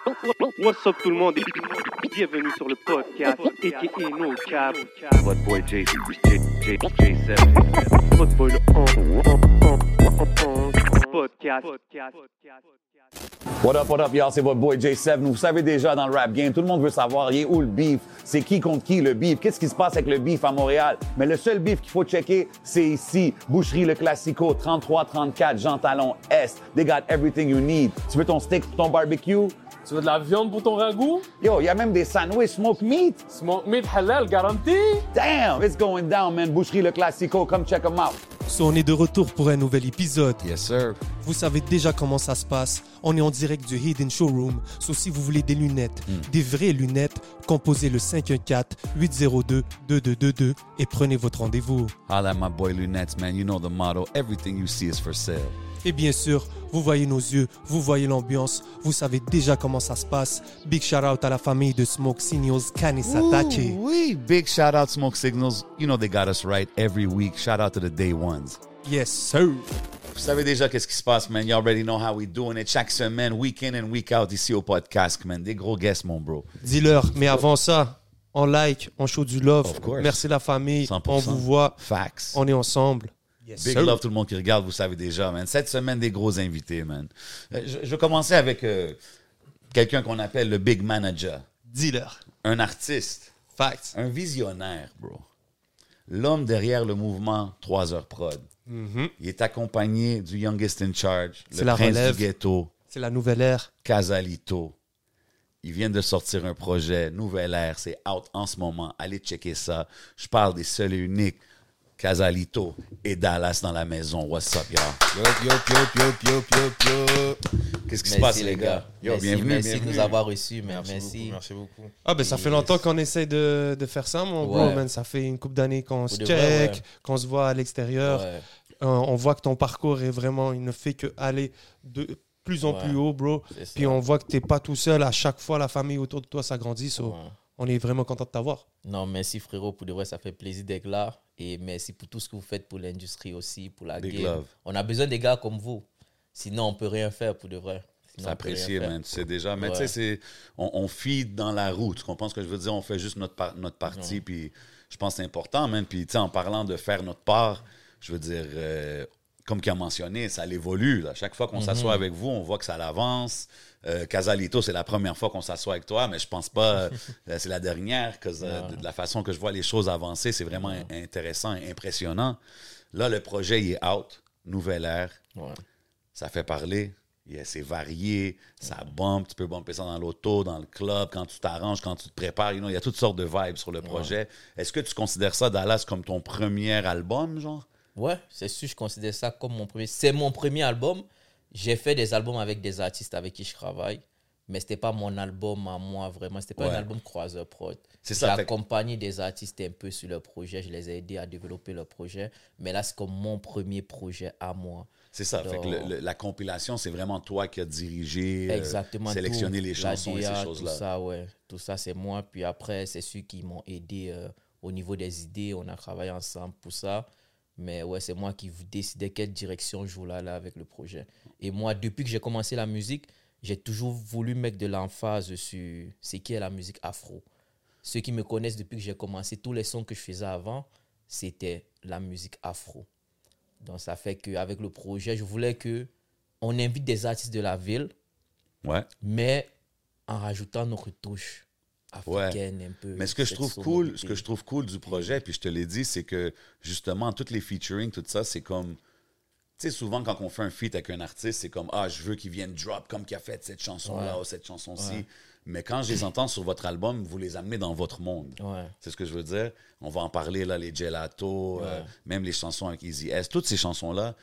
What's up tout le monde et bienvenue sur le podcast a.k.a. No Cap. Votre boy J7. Votre boy le podcast. What up, y'all? C'est votre boy J7. Vous savez déjà, dans le rap game, tout le monde veut savoir, il est où le beef? C'est qui contre qui, le beef? Qu'est-ce qui se passe avec le beef à Montréal? Mais le seul beef qu'il faut checker, c'est ici. Boucherie Le Classico, 33-34, Jean Talon Est. They got everything you need. Tu veux ton steak pour ton barbecue? Tu veux de la viande pour ton ragoût? Yo, il y a même des sandwichs smoke meat. Smoke meat halal garanti? Damn, it's going down, man. Boucherie Le Classico, come check them out. So, on est de retour pour un nouvel épisode. Yes, sir. Vous savez déjà comment ça se passe. On est en direct du Hidden Showroom. So, si vous voulez des lunettes, des vraies lunettes, composez le 514-802-2222 et prenez votre rendez-vous. Holla at my boy Lunettes, man. You know the motto. Everything you see is for sale. Et bien sûr, vous voyez nos yeux, vous voyez l'ambiance, vous savez déjà comment ça se passe. Big shout out à la famille de Smoke Signals, Kanisatake. Oui, big shout out Smoke Signals. You know they got us right every week. Shout out to the day ones. Yes, sir. Vous savez déjà qu'est-ce qui se passe, man. You already know how we doing it. Chaque semaine, week in and week out ici au podcast, man. Des gros guests, mon bro. Dis-leur, mais avant ça, on like, on show du love. Of course. Merci la famille, 100%. on vous voit, Facts. on est ensemble. Yes, Big sir. love tout le monde qui regarde, vous savez déjà, man. Cette semaine, des gros invités, man. Je vais commencer avec quelqu'un qu'on appelle le Big Manager. Dis-leur. Un artiste. Facts. Un visionnaire, bro. L'homme derrière le mouvement 3 heures prod. Il est accompagné du Youngest in Charge, C'est le la prince relève. du ghetto, C'est la nouvelle ère. Casalito. Ils viennent de sortir un projet, Nouvelle Ère, c'est out en ce moment. Allez checker ça. Je parle des seuls et uniques. Casalito et Dallas dans la maison. What's up, y'all? Qu'est-ce qui se passe, les gars? Yo, Merci, bienvenue, merci bienvenue. de nous avoir reçus. Merci. Merci beaucoup. Ah ben ça fait longtemps qu'on essaie de faire ça, mon bro, Ouais. man. Ça fait une couple d'années qu'on se de check, vrai, ouais. qu'on se voit à l'extérieur. Ouais. On voit que ton parcours est vraiment, il ne fait que aller de plus en Ouais. plus haut, bro. C'est ça. Puis on voit que t'es pas tout seul. À chaque fois, la famille autour de toi s'agrandit. So, Ouais. on est vraiment content de t'avoir. Non, merci frérot, pour de vrai, ça fait plaisir d'être là. Et merci pour tout ce que vous faites pour l'industrie aussi, pour la Big game. love. On a besoin des gars comme vous. Sinon, on peut rien faire pour de vrai. Sinon, C'est on peut rien apprécié, faire. man. Tu sais déjà. Mais Ouais. tu sais, on feed dans la roue. Tu comprends ce que je veux dire? On fait juste notre partie. Puis je pense que c'est important, man. Puis tu sais, en parlant de faire notre part, je veux dire, comme qu'il a mentionné, ça évolue. Là. Chaque fois qu'on s'assoit avec vous, on voit que ça avance. Casalito, c'est la première fois qu'on s'assoit avec toi, mais je pense pas c'est la dernière, que de la façon que je vois les choses avancer, c'est vraiment intéressant et impressionnant. Là, le projet, il est out. Nouvelle ère. Ouais. Ça fait parler. C'est varié, ça bump, tu peux bumper ça dans l'auto, dans le club, quand tu t'arranges, quand tu te prépares. Il y a toutes sortes de vibes sur le projet. Est-ce que tu considères ça, Dallas, comme ton premier album, genre? Ouais, c'est sûr, je considère ça comme mon premier. C'est mon premier album. J'ai fait des albums avec des artistes avec qui je travaille, mais c'était pas mon album à moi, vraiment. C'était pas Ouais. un album croiseur prod. C'est J'ai ça, fait- accompagné des artistes un peu sur leur projet. Je les ai aidés à développer leur projet. Mais là, c'est comme mon premier projet à moi. C'est ça. Fait que Donc- la compilation, c'est vraiment toi qui as dirigé, Exactement. sélectionné tout, les chansons la et DA, ces Tout choses-là. ça, ouais. Tout ça, c'est moi. Puis après, c'est ceux qui m'ont aidé au niveau des idées. On a travaillé ensemble pour ça. Mais ouais, c'est moi qui décidais quelle direction je voulais aller avec le projet. Et moi, depuis que j'ai commencé la musique, j'ai toujours voulu mettre de l'emphase sur ce qui est la musique afro. Ceux qui me connaissent depuis que j'ai commencé, tous les sons que je faisais avant, c'était la musique afro. Donc ça fait qu'avec le projet, je voulais qu'on invite des artistes de la ville, Ouais. mais en rajoutant notre touche africaine un peu. Mais ce que je cette trouve cool, sonorité. ce que je trouve cool du projet, puis je te l'ai dit, c'est que justement, toutes les featuring, tout ça, c'est comme. Tu sais, souvent, quand on fait un feat avec un artiste, c'est comme, je veux qu'il vienne drop comme qu'il a fait cette chanson-là Ouais. ou cette chanson-ci. Ouais. Mais quand je les entends sur votre album, vous les amenez dans votre monde. Ouais. C'est ce que je veux dire. On va en parler, là, les Gelato, même les chansons avec Easy S. Toutes ces chansons-là,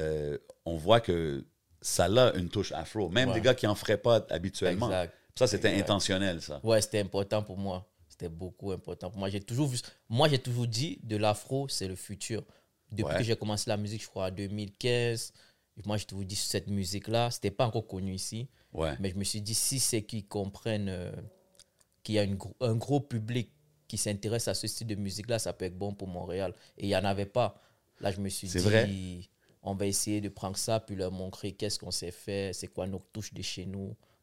on voit que ça a une touche afro. Même Ouais. des gars qui n'en feraient pas habituellement. Exact. Ça, c'était Exact. intentionnel, ça. Ouais, c'était important pour moi. C'était beaucoup important pour moi. J'ai toujours dit de l'afro, c'est le futur. Depuis Ouais. que j'ai commencé la musique, je crois, en 2015, moi, j'ai toujours dit cette musique-là, c'était pas encore connu ici. Ouais. Mais je me suis dit, si c'est qu'ils comprennent qu'il y a un gros public qui s'intéresse à ce style de musique-là, ça peut être bon pour Montréal. Et il n'y en avait pas. Là, je me suis C'est dit, vrai. on va essayer de prendre ça, puis leur montrer qu'est-ce qu'on sait faire, c'est quoi nos touches de chez nous,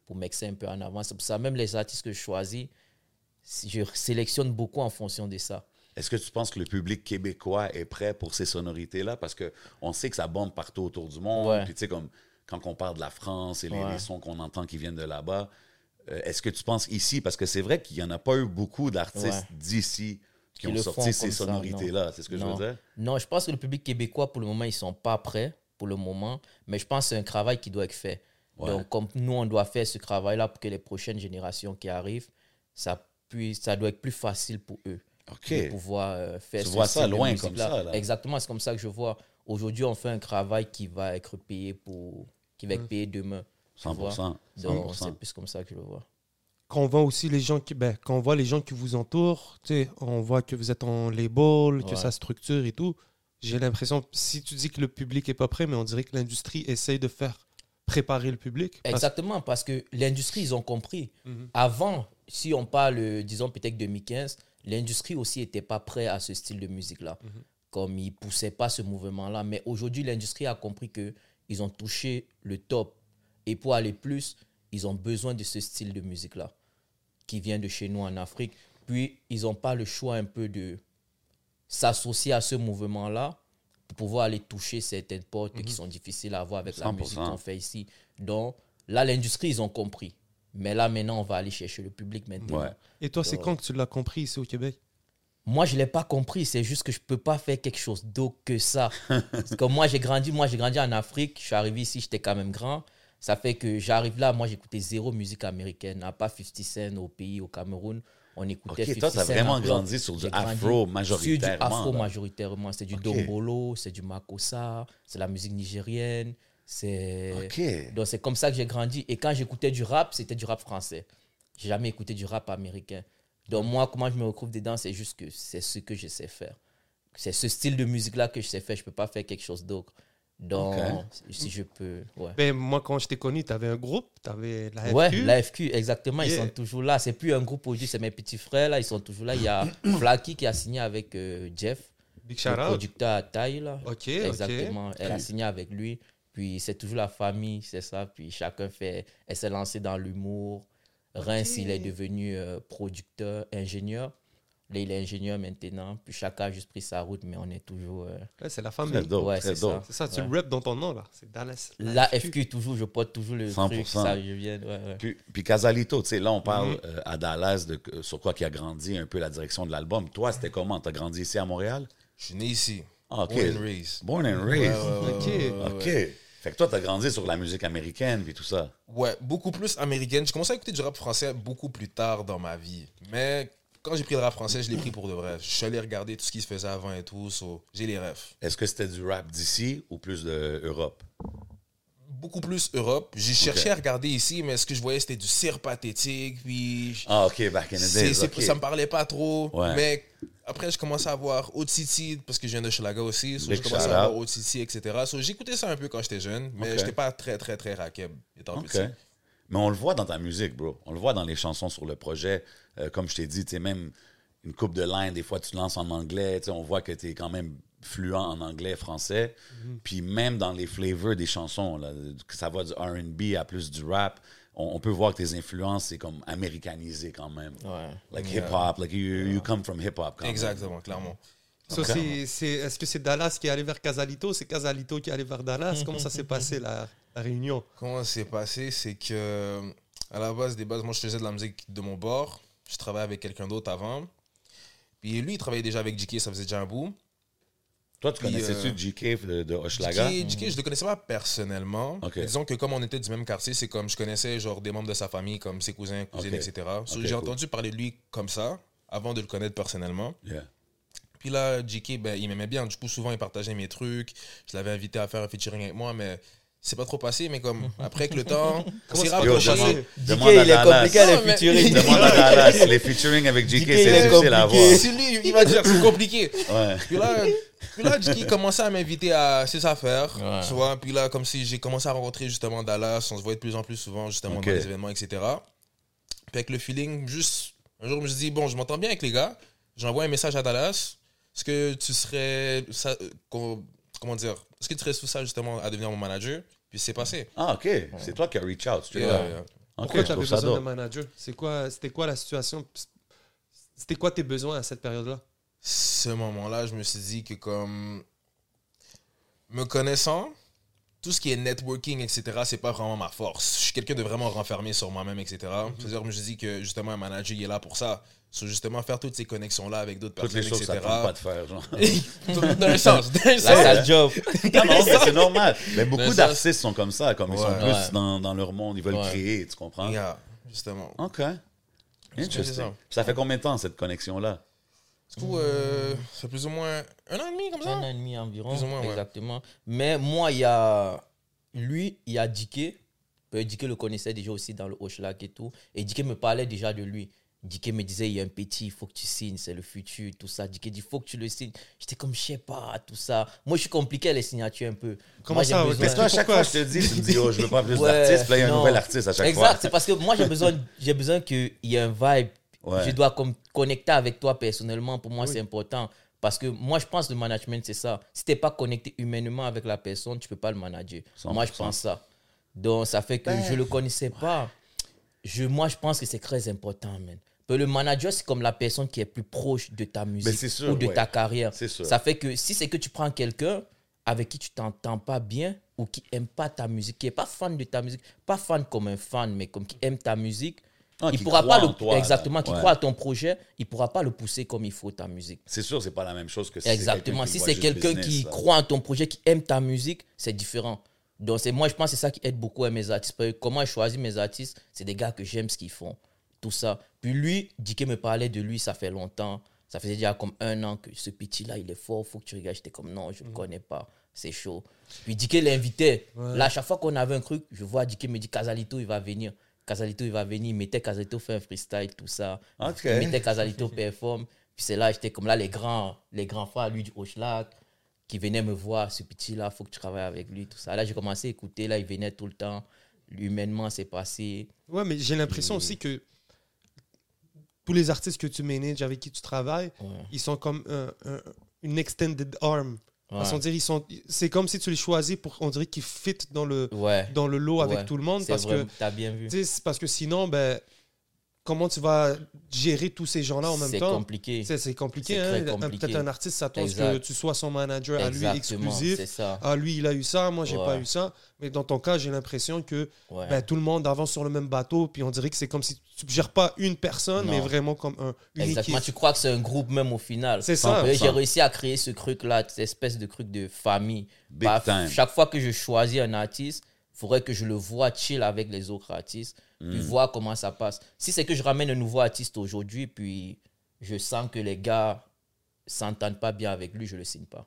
mettre ça un peu en avant. C'est pour ça, même les artistes que je choisis, je sélectionne beaucoup en fonction de ça. Est-ce que tu penses que le public québécois est prêt pour ces sonorités-là? Parce qu'on sait que ça bombe partout autour du monde. Ouais. Puis tu sais, comme quand on parle de la France et Ouais. les sons qu'on entend qui viennent de là-bas, est-ce que tu penses ici, parce que c'est vrai qu'il n'y en a pas eu beaucoup d'artistes Ouais. d'ici qui ont le sorti font ces comme ça, sonorités-là, c'est ce que je Non. veux dire? Non, je pense que le public québécois, pour le moment, ils ne sont pas prêts, pour le moment. Mais je pense que c'est un travail qui doit être fait. Ouais. Donc, comme nous, on doit faire ce travail-là pour que les prochaines générations qui arrivent, ça doit être plus facile pour eux OK. de pouvoir faire Tu ce vois ça style de loin musique-là. comme ça, là. Exactement, c'est comme ça que je vois. Aujourd'hui, on fait un travail qui va être payé demain. tu 100%. vois. 100%. Donc, c'est plus comme ça que je le vois. Quand on voit aussi les gens quand on voit les gens qui vous entourent, tu sais, on voit que vous êtes en label, que Ouais. ça structure et tout. J'ai l'impression, si tu dis que le public est pas prêt, mais on dirait que l'industrie essaye de faire préparer le public. Exactement, parce que l'industrie, ils ont compris. Mhm. Avant, si on parle, disons peut-être 2015, l'industrie aussi n'était pas prête à ce style de musique-là. Comme ils ne poussaient pas ce mouvement-là. Mais aujourd'hui, l'industrie a compris qu'ils ont touché le top. Et pour aller plus, ils ont besoin de ce style de musique-là, qui vient de chez nous en Afrique. Puis, ils n'ont pas le choix un peu de s'associer à ce mouvement-là pour pouvoir aller toucher certaines portes qui sont difficiles à avoir avec la 100%. musique qu'on fait ici. Donc, là, l'industrie, ils ont compris. Mais là, maintenant, on va aller chercher le public maintenant. Ouais. Et toi, c'est quand que tu l'as compris ici au Québec? Moi, je ne l'ai pas compris. C'est juste que je ne peux pas faire quelque chose d'autre que ça. Parce que moi, j'ai grandi en Afrique. Je suis arrivé ici, j'étais quand même grand. Ça fait que j'arrive là, moi, j'écoutais zéro musique américaine. À part 50 Cent au pays, au Cameroun. On écoutait OK, 50 toi, tu as Cent vraiment en bloc. grandi sur du J'ai grandi afro Sur du majoritairement. afro là. majoritairement. C'est du Ok. dombolo, c'est du makossa, c'est la musique nigérienne. OK. Donc, c'est comme ça que j'ai grandi. Et quand j'écoutais du rap, c'était du rap français. J'ai jamais écouté du rap américain. Donc, moi, comment je me retrouve dedans, c'est juste que c'est ce que je sais faire. C'est ce style de musique-là que je sais faire. Je ne peux pas faire quelque chose d'autre. Donc, Ok. si je peux, ouais. Ben, moi, quand je t'ai connu, tu avais un groupe, tu avais la FQ. Ouais, l'AFQ, exactement, ils Yeah. sont toujours là. C'est plus un groupe aujourd'hui, c'est mes petits frères, là, ils sont toujours là. Il y a Flaky qui a signé avec Jeff, Big le shout out. producteur à taille, là. OK, Exactement, elle a signé avec lui. Puis c'est toujours la famille, c'est ça. Puis chacun fait. Elle s'est lancée dans l'humour. Reims, il est devenu producteur, ingénieur. Là, il est ingénieur maintenant. Puis chacun a juste pris sa route, mais on est toujours. Ouais, c'est la Très famille. dope, Ouais, très c'est dope. C'est ça, tu Ouais. le rap dans ton nom, là. C'est Dallas. La FQ, toujours, je porte toujours le 100%. truc. Ça, je viens. Ouais. Puis Casalito, tu sais, là, on parle à Dallas de sur quoi qui a grandi un peu la direction de l'album. Toi, c'était comment? T'as grandi ici à Montréal? Je suis né ici. Ah, OK. Born and raised. Born and raised. OK. OK. Fait que toi, t'as grandi sur la musique américaine puis tout ça. Ouais, beaucoup plus américaine. J'ai commencé à écouter du rap français beaucoup plus tard dans ma vie. Mais quand j'ai pris le rap français, je l'ai pris pour de vrai. Je suis allé regarder tout ce qui se faisait avant et tout. So, j'ai les refs. Est-ce que c'était du rap d'ici ou plus d'Europe? Beaucoup plus Europe. J'ai cherché à regarder ici, mais ce que je voyais, c'était du cire pathétique. Puis Ah, OK, back in the days. OK. ça me parlait pas trop. Ouais. Mais après, je commençais à voir Haute City, parce que je viens de Hochelaga aussi. So, Big je commençais shout à voir out. Haute City, etc. So, j'écoutais ça un peu quand j'étais jeune, mais Ok. j'étais pas très, très, très raqueb étant OK. petit. Mais on le voit dans ta musique, bro. On le voit dans les chansons sur le projet. Comme je t'ai dit, tu sais, même une coupe de lines, des fois, tu lances en anglais. Tu sais, on voit que tu es quand même fluent en anglais, français. Puis même dans les flavors des chansons, là, que ça va du R&B à plus du rap, on peut voir que tes influences, c'est comme américanisé quand même. Ouais. Like Yeah. hip-hop, like you come from hip-hop quand même. Exactement, clairement. So, est-ce que c'est Dallas qui est allé vers Casalito? C'est Casalito qui est allé vers Dallas? Comment ça s'est passé, la réunion? Comment ça s'est passé, c'est que à la base des bases, moi je faisais de la musique de mon bord. Je travaillais avec quelqu'un d'autre avant. Puis lui, il travaillait déjà avec JK, ça faisait déjà un bout. Toi, tu Puis, connaissais-tu JK de Hochelaga? JK, je le connaissais pas personnellement. Ok. Mais disons que comme on était du même quartier, c'est comme je connaissais genre des membres de sa famille, comme ses cousins, cousines, Ok. etc. So, Ok, j'ai cool. entendu parler de lui comme ça, avant de le connaître personnellement. Yeah. Puis là, JK, ben, il m'aimait bien. Du coup, souvent, il partageait mes trucs. Je l'avais invité à faire un featuring avec moi, mais c'est pas trop passé. Mais comme après que le temps, on s'est ça Yo, rapproché. demande DK, à il est Dallas. compliqué à les Non, mais- featuring. Demande à Dallas. Les featuring avec JK, JK, il c'est est difficile à compliqué. avoir. C'est lui, il va dire, c'est compliqué. Ouais. Puis là, JK commençait à m'inviter à ses affaires, Ouais. tu vois. Puis là, comme si j'ai commencé à rencontrer justement Dallas, on se voyait de plus en plus souvent justement Ok. dans les événements, etc. Puis avec le feeling, juste un jour, je me suis dit, bon, je m'entends bien avec les gars. J'envoie un message à Dallas. Est-ce que tu serais, comment dire, est-ce que tu serais sous ça justement à devenir mon manager? Puis c'est passé. Ah, OK. C'est toi qui as reach out. straight Yeah, up. yeah. Pourquoi je tu avais trouve ça besoin d'un dope. manager? C'était quoi la situation? C'était quoi tes besoins à cette période-là? Ce moment-là, je me suis dit que comme me connaissant, tout ce qui est networking, etc., c'est pas vraiment ma force. Je suis quelqu'un de vraiment renfermé sur moi-même, etc. C'est-à-dire, je me suis dit que justement, un manager, il est là pour ça. Sur justement faire toutes ces connexions-là avec d'autres Toutes personnes, les choses que ça etc. ne pas de faire, genre. D'un sens, d'un La sens. sale job. Non, mais c'est normal. Mais beaucoup Mais ça, d'artistes sont comme ça, comme ils sont Ouais. plus Ouais. dans leur monde, ils veulent Ouais. créer, tu comprends? Yeah, justement. OK. C'est Interesting. ça. Ça fait combien de temps, cette connexion-là? Du coup, ça fait plus ou moins 1 an et demi comme ça. 1 an et demi environ. Plus ou moins, ouais. Exactement. Mais moi, il y a Diké. Diké le connaissait déjà aussi dans le Hochelag et tout. Et Diké me parlait déjà de lui. Diké me disait, il y a un petit, il faut que tu signes, c'est le futur, tout ça. Diké dit, il faut que tu le signes. J'étais comme, je sais pas, tout ça. Moi, je suis compliqué à les signatures un peu. Comment Moi, ça, j'ai ouais, Mais besoin- toi, à chaque Pourquoi? fois, je te dis, tu me dis, oh, je veux pas plus Ouais, d'artistes, puis là, il y a un non. nouvel artiste à chaque Exact, fois. c'est parce que moi, j'ai besoin qu'il y ait un vibe. Ouais. Je dois connecter avec toi personnellement. Pour moi, c'est important. Parce que moi, je pense que le management, c'est ça. Si tu n'es pas connecté humainement avec la personne, tu ne peux pas le manager. 100%. Moi, je pense ça. Donc, ça fait que je ne le connaissais pas. Moi, je pense que c'est très important, man. Parce que le manager, c'est comme la personne qui est plus proche de ta musique c'est sûr, ou de ouais. ta carrière. C'est sûr. Ça fait que si c'est que tu prends quelqu'un avec qui tu t'entends pas bien ou qui aime pas ta musique, qui est pas fan de ta musique, pas fan comme un fan, mais comme qui aime ta musique, Ah, il qui pourra croit pas en toi, exactement, là. qui Ouais. croit à ton projet, il pourra pas le pousser comme il faut ta musique. C'est sûr, c'est pas la même chose que si Exactement. c'est Si quelqu'un c'est qui voit quelqu'un juste qui business, là. croit en ton projet, qui aime ta musique, c'est différent. Donc, moi, je pense que c'est ça qui aide beaucoup à mes artistes. Parce que comment je choisis mes artistes, c'est des gars que j'aime ce qu'ils font. Tout ça. Puis lui, Diké me parlait de lui, ça fait longtemps. Ça faisait déjà comme 1 an que ce petit-là, il est fort, faut que tu regardes. J'étais comme, non, je ne le connais pas. C'est chaud. Puis Diké l'invitait. Là, à chaque fois qu'on avait un truc, je vois Diké me dit, Casalito, il va venir. Casalito, il va venir. Il mettait Casalito faire un freestyle, tout ça. Ok. Il mettait Casalito perform. Puis c'est là, j'étais comme là, les grands frères, lui, du Hochelag, qui venaient me voir, ce petit-là, faut que tu travailles avec lui, tout ça. Là, j'ai commencé à écouter. Là, il venait tout le temps. Humainement, c'est passé. Ouais, mais j'ai l'impression aussi que tous les artistes que tu manages, avec qui tu travailles, Ouais. ils sont comme une extended arm. Façon de dire, c'est comme si tu les choisis pour, on dirait qu'ils fit dans le lot avec Ouais. tout le monde. C'est Parce vrai, que, t'as bien vu. tu sais, c'est parce que sinon, ben, comment tu vas gérer tous ces gens-là en même C'est temps? compliqué. C'est compliqué. C'est Hein? très compliqué. Peut-être un artiste s'attend à ce que Exact. tu sois son manager à lui Exactement, exclusif. c'est ça. Ah, lui, il a eu ça, moi, j'ai Ouais. pas eu ça. Mais dans ton cas, j'ai l'impression que Ouais. ben, tout le monde avance sur le même bateau. Puis on dirait que c'est comme si tu ne gères pas une personne, Non. mais vraiment comme une Exactement. équipe. Tu crois que c'est un groupe même au final. C'est ça. Mais j'ai réussi à créer ce truc-là, cette espèce de truc de famille. Big time. Chaque fois que je choisis un artiste, il faudrait que je le vois chill avec les autres artistes, puis voir comment ça passe. Si c'est que je ramène un nouveau artiste aujourd'hui, puis je sens que les gars s'entendent pas bien avec lui, je le signe pas.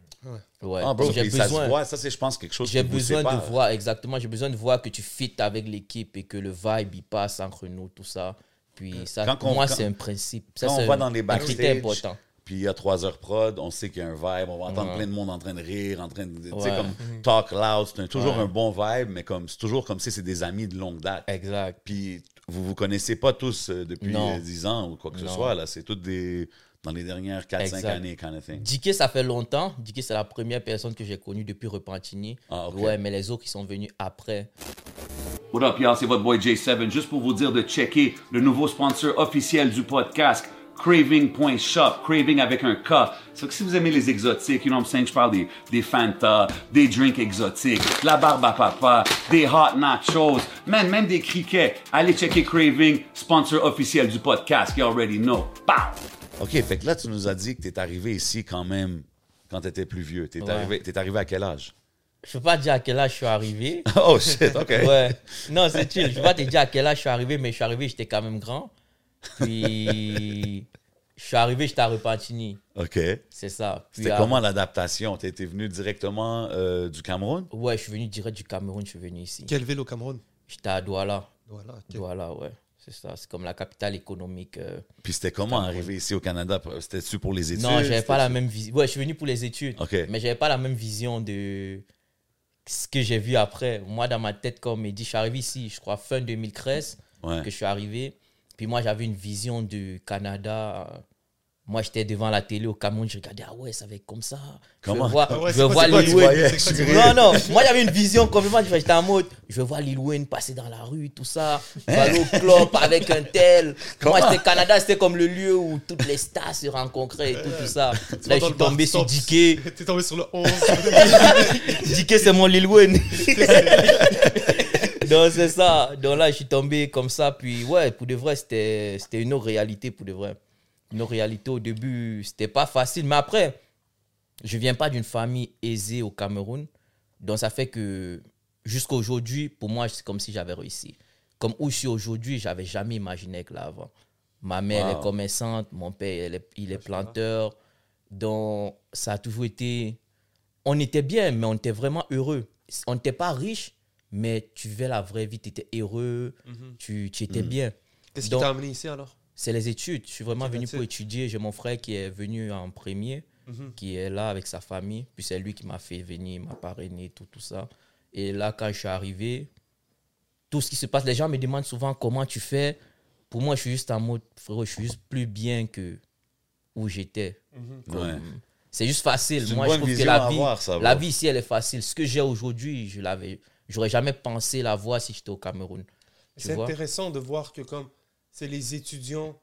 Ouais. Ah, bro, J'ai puis ça se besoin, voit. Ça, c'est, je pense, quelque chose j'ai qui vous besoin de sépare. voir, exactement, j'ai besoin de voir que tu fites avec l'équipe et que le vibe, il passe entre nous, tout ça. Puis ça, Quand pour on- moi, quand- c'est un principe. Ça, Quand c'est on va dans les un critère backstage, important. puis il y a 3 heures prod, on sait qu'il y a un vibe, on va entendre Ouais. plein de monde en train de rire, en train de, tu sais, Ouais. comme talk loud, c'est toujours Ouais. un bon vibe, mais comme c'est toujours comme si c'est des amis de longue date. Exact. Puis vous vous connaissez pas tous depuis Non. 10 ans ou quoi que ce Non. soit, là, c'est toutes des dans les dernières 4-5 Exact. années, kind of thing. Diké, ça fait longtemps. Diké, c'est la première personne que j'ai connue depuis Repentigny. Ah, ok. Ouais, mais les autres, ils sont venus après. What up, y'all? C'est votre boy J7. Juste pour vous dire de checker le nouveau sponsor officiel du podcast, Craving.shop. Craving avec un K. C'est que si vous aimez les exotiques, you know what I'm saying? Je parle des Fanta, des drinks exotiques, la barbe à papa, des hot nachos, man, même des criquets. Allez checker Craving, sponsor officiel du podcast. You already know. Pow! OK, fait que là, tu nous as dit que tu es arrivé ici quand même quand tu étais plus vieux. Tu es, Ouais. arrivé à quel âge? Je peux pas te dire à quel âge je suis arrivé. Oh shit, OK. Ouais. Non, c'est chill. Je peux pas te dire à quel âge je suis arrivé, mais je suis arrivé, j'étais quand même grand. Puis, je suis arrivé, j'étais à Repentigny. OK. C'est ça. Puis, C'était comment l'adaptation? Tu étais venu directement du Cameroun? Ouais, je suis venu direct du Cameroun, je suis venu ici. Quelle ville au Cameroun? J'étais à Douala. Voilà. ok. Douala, ouais. C'est ça. C'est comme la capitale économique. Puis c'était comment arriver ici au Canada? C'était-tu pour les études? Non, j'avais pas la C'était-tu- même vision. Ouais, je suis venu pour les études. OK. Mais j'avais pas la même vision de ce que j'ai vu après. Moi, dans ma tête, comme il dit, je suis arrivé ici, je crois, fin 2013 Ouais. que je suis arrivé. Puis moi, j'avais une vision du Canada Moi, j'étais devant la télé au Cameroun, je regardais, ah ouais, ça va être comme ça. Comment? Je veux voir Lil Wayne. C'est Non, moi, j'avais une vision complètement différente. J'étais en mode, je veux voir Lil Wayne passer dans la rue, tout ça. Je veux aller au club avec un tel. Moi, c'était Canada, c'était comme le lieu où toutes les stars se rencontraient et tout ça. Là, je suis tombé sur Diké. T'es tombé sur le 11. Diké, c'est mon Lil Wayne. Donc, c'est ça. Donc là, je suis tombé comme ça. Puis, ouais, pour de vrai, c'était une autre réalité, pour de vrai. Une autre réalité au début, c'était pas facile. Mais après, je viens pas d'une famille aisée au Cameroun. Donc, ça fait que jusqu'à aujourd'hui, pour moi, c'est comme si j'avais réussi. Comme où je suis aujourd'hui, j'avais jamais imaginé que là avant. Ma mère elle est commerçante, mon père il est planteur. Donc, ça a toujours été... On était bien, mais on était vraiment heureux. On n'était pas riche, mais tu vivais la vraie vie, tu étais heureux, tu étais bien. Qu'est-ce qui Donc, t'a amené ici alors? c'est les études. Je suis vraiment venu that's pour it. étudier. J'ai mon frère qui est venu en premier, qui est là avec sa famille. Puis c'est lui qui m'a fait venir, m'a parrainé, tout ça. Et là, quand je suis arrivé, tout ce qui se passe, les gens me demandent souvent comment tu fais. Pour moi, je suis juste en mode, frérot, je suis juste plus bien que où j'étais. Ouais. C'est juste facile. C'est une Moi, je bonne trouve que vision la à vie, avoir, ça, la bro. vie ici, elle est facile. Ce que j'ai aujourd'hui, j'aurais jamais pensé l'avoir si j'étais au Cameroun. Tu C'est vois? intéressant de voir que comme c'est les étudiants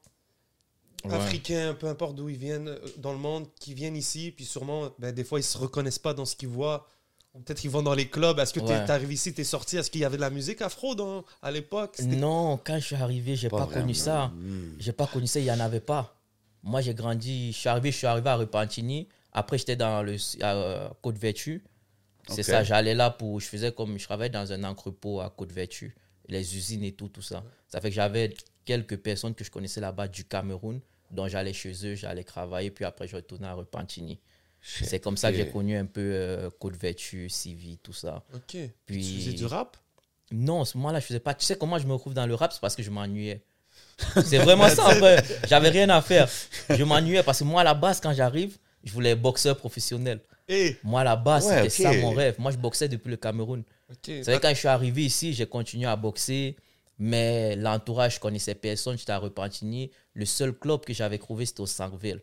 africains, peu importe d'où ils viennent dans le monde, qui viennent ici, puis sûrement, ben, des fois, ils se reconnaissent pas dans ce qu'ils voient. Ou peut-être qu'ils vont dans les clubs. Est-ce que Ouais. t'arrives ici, t'es sorti? Est-ce qu'il y avait de la musique afro à l'époque? C'était- Non, quand je suis arrivé, j'ai pas connu ça. J'ai pas connu ça, il y en avait pas. Moi, j'ai grandi, je suis arrivé à Repentigny. Après, j'étais dans le Côte-Vertu. C'est Ok. ça, j'allais là je travaillais dans un entrepôt à Côte-Vertu, les usines et tout ça. Ça fait que j'avais quelques personnes que je connaissais là-bas du Cameroun, dont j'allais chez eux, j'allais travailler, puis après, je retournais à Repentigny. C'est comme ça que j'ai connu un peu Côte-Vertu, Civi, tout ça. Ok. Puis- Tu faisais du rap? Non, à ce moment-là, je faisais pas. Tu sais comment je me retrouve dans le rap? C'est parce que je m'ennuyais. C'est vraiment ça, en vrai. J'avais rien à faire. Je m'ennuyais parce que moi, à la base, quand j'arrive, je voulais être boxeur professionnel. Eh, Moi, à la base, Ouais, c'était ok. ça mon rêve. Moi, je boxais depuis le Cameroun. ok. C'est vrai, quand je suis arrivé ici, j'ai continué à boxer, mais l'entourage, je connaissais personne. J'étais à Repentigny. Le seul club que j'avais trouvé, c'était au Sarreville.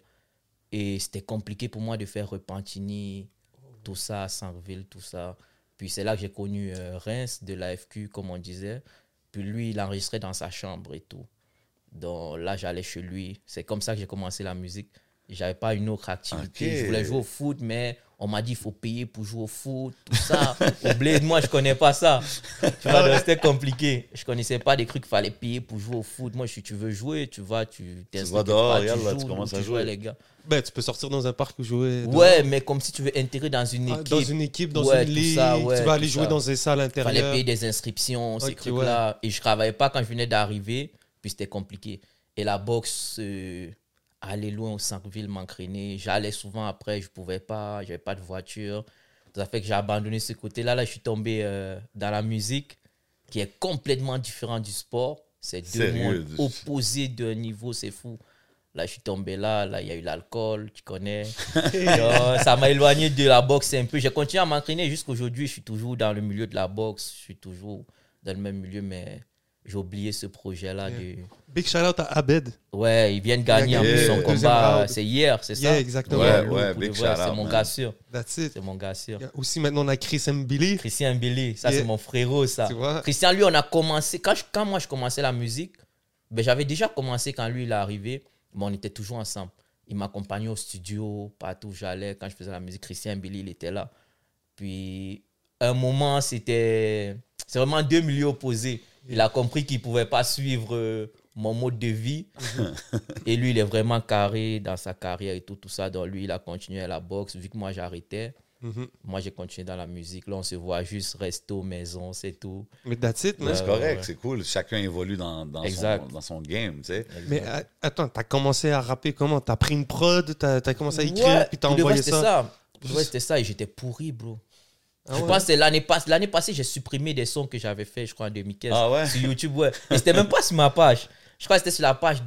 Et c'était compliqué pour moi de faire Repentigny, tout ça, Sarreville, tout ça. Puis c'est là que j'ai connu Reims de l'AFQ, comme on disait. Puis lui, il enregistrait dans sa chambre et tout. Donc là, j'allais chez lui. C'est comme ça que j'ai commencé la musique. J'avais pas une autre activité. Ok. Je voulais jouer au foot, mais on m'a dit il faut payer pour jouer au foot, tout ça. Au bled, moi, je connais pas ça. Tu vois, donc c'était compliqué. Je connaissais pas des trucs qu'il fallait payer pour jouer au foot. Moi, si tu veux jouer, tu vas, tu t'inscris vas quelque dehors, part, regarde, là, tu joues, commences à tu jouer. joues, les gars. Ben, tu peux sortir dans un parc ou jouer. Ouais, mais comme si tu veux intégrer dans une dehors. équipe. Dans une équipe, dans Ouais, une tout ligue. ça, ouais, tu vas aller tout jouer ça. dans des salles Il fallait intérieures. payer des inscriptions, ces Ok, trucs-là. Et je travaillais pas quand je venais d'arriver, puis c'était compliqué. Et la boxe, aller loin au centre-ville m'entraîner. J'allais souvent après, je pouvais pas, j'avais pas de voiture. Ça fait que j'ai abandonné ce côté-là. Là, je suis tombé dans la musique, qui est complètement différent du sport. C'est deux Sérieux? mondes opposés d'un niveau, c'est fou. Là, je suis tombé là, il y a eu l'alcool, tu connais. Donc, ça m'a éloigné de la boxe un peu. J'ai continué à m'entraîner jusqu'aujourd'hui. Je suis toujours dans le milieu de la boxe. Je suis toujours dans le même milieu, mais j'ai oublié ce projet-là. Big shout out à Abed. Ouais, il vient de gagner en gagné plus son le deuxième combat. round. C'est hier, c'est ça? Yeah, exactement. Ouais, Pour ouais, de big vrai, shout c'est out, mon man. gars sûr. That's it. C'est mon gars sûr. Il y a aussi, maintenant, on a Chris Mbili. Christian Billy, ça Yeah. c'est mon frérot, ça. Tu vois? Christian, lui, on a commencé. Quand moi je commençais la musique, ben, j'avais déjà commencé quand lui il est arrivé, mais on était toujours ensemble. Il m'accompagnait au studio, partout où j'allais. Quand je faisais la musique, Christian Billy, il était là. Puis, un moment, c'est vraiment deux milieux opposés. Il a compris qu'il ne pouvait pas suivre mon mode de vie. Et lui, il est vraiment carré dans sa carrière et tout ça. Donc, lui, il a continué à la boxe. Vu que moi, j'arrêtais, moi, j'ai continué dans la musique. Là, on se voit juste resto, maison, c'est tout. Mais that's it, man. C'est Ouais, correct, ouais. c'est cool. Chacun évolue dans Exact. dans son game, tu sais. Mais attends, t'as commencé à rapper comment? T'as pris une prod, t'as commencé à écrire, puis t'as pour de vrai, envoyé c'était ça. Pour de vrai, c'était ça. Et j'étais pourri, bro. Ah Je ouais? pense que c'est l'année passée, j'ai supprimé des sons que j'avais fait, je crois, en 2015. Ah ouais? Sur YouTube, ouais. Et c'était même pas sur ma page. Je crois que c'était sur la page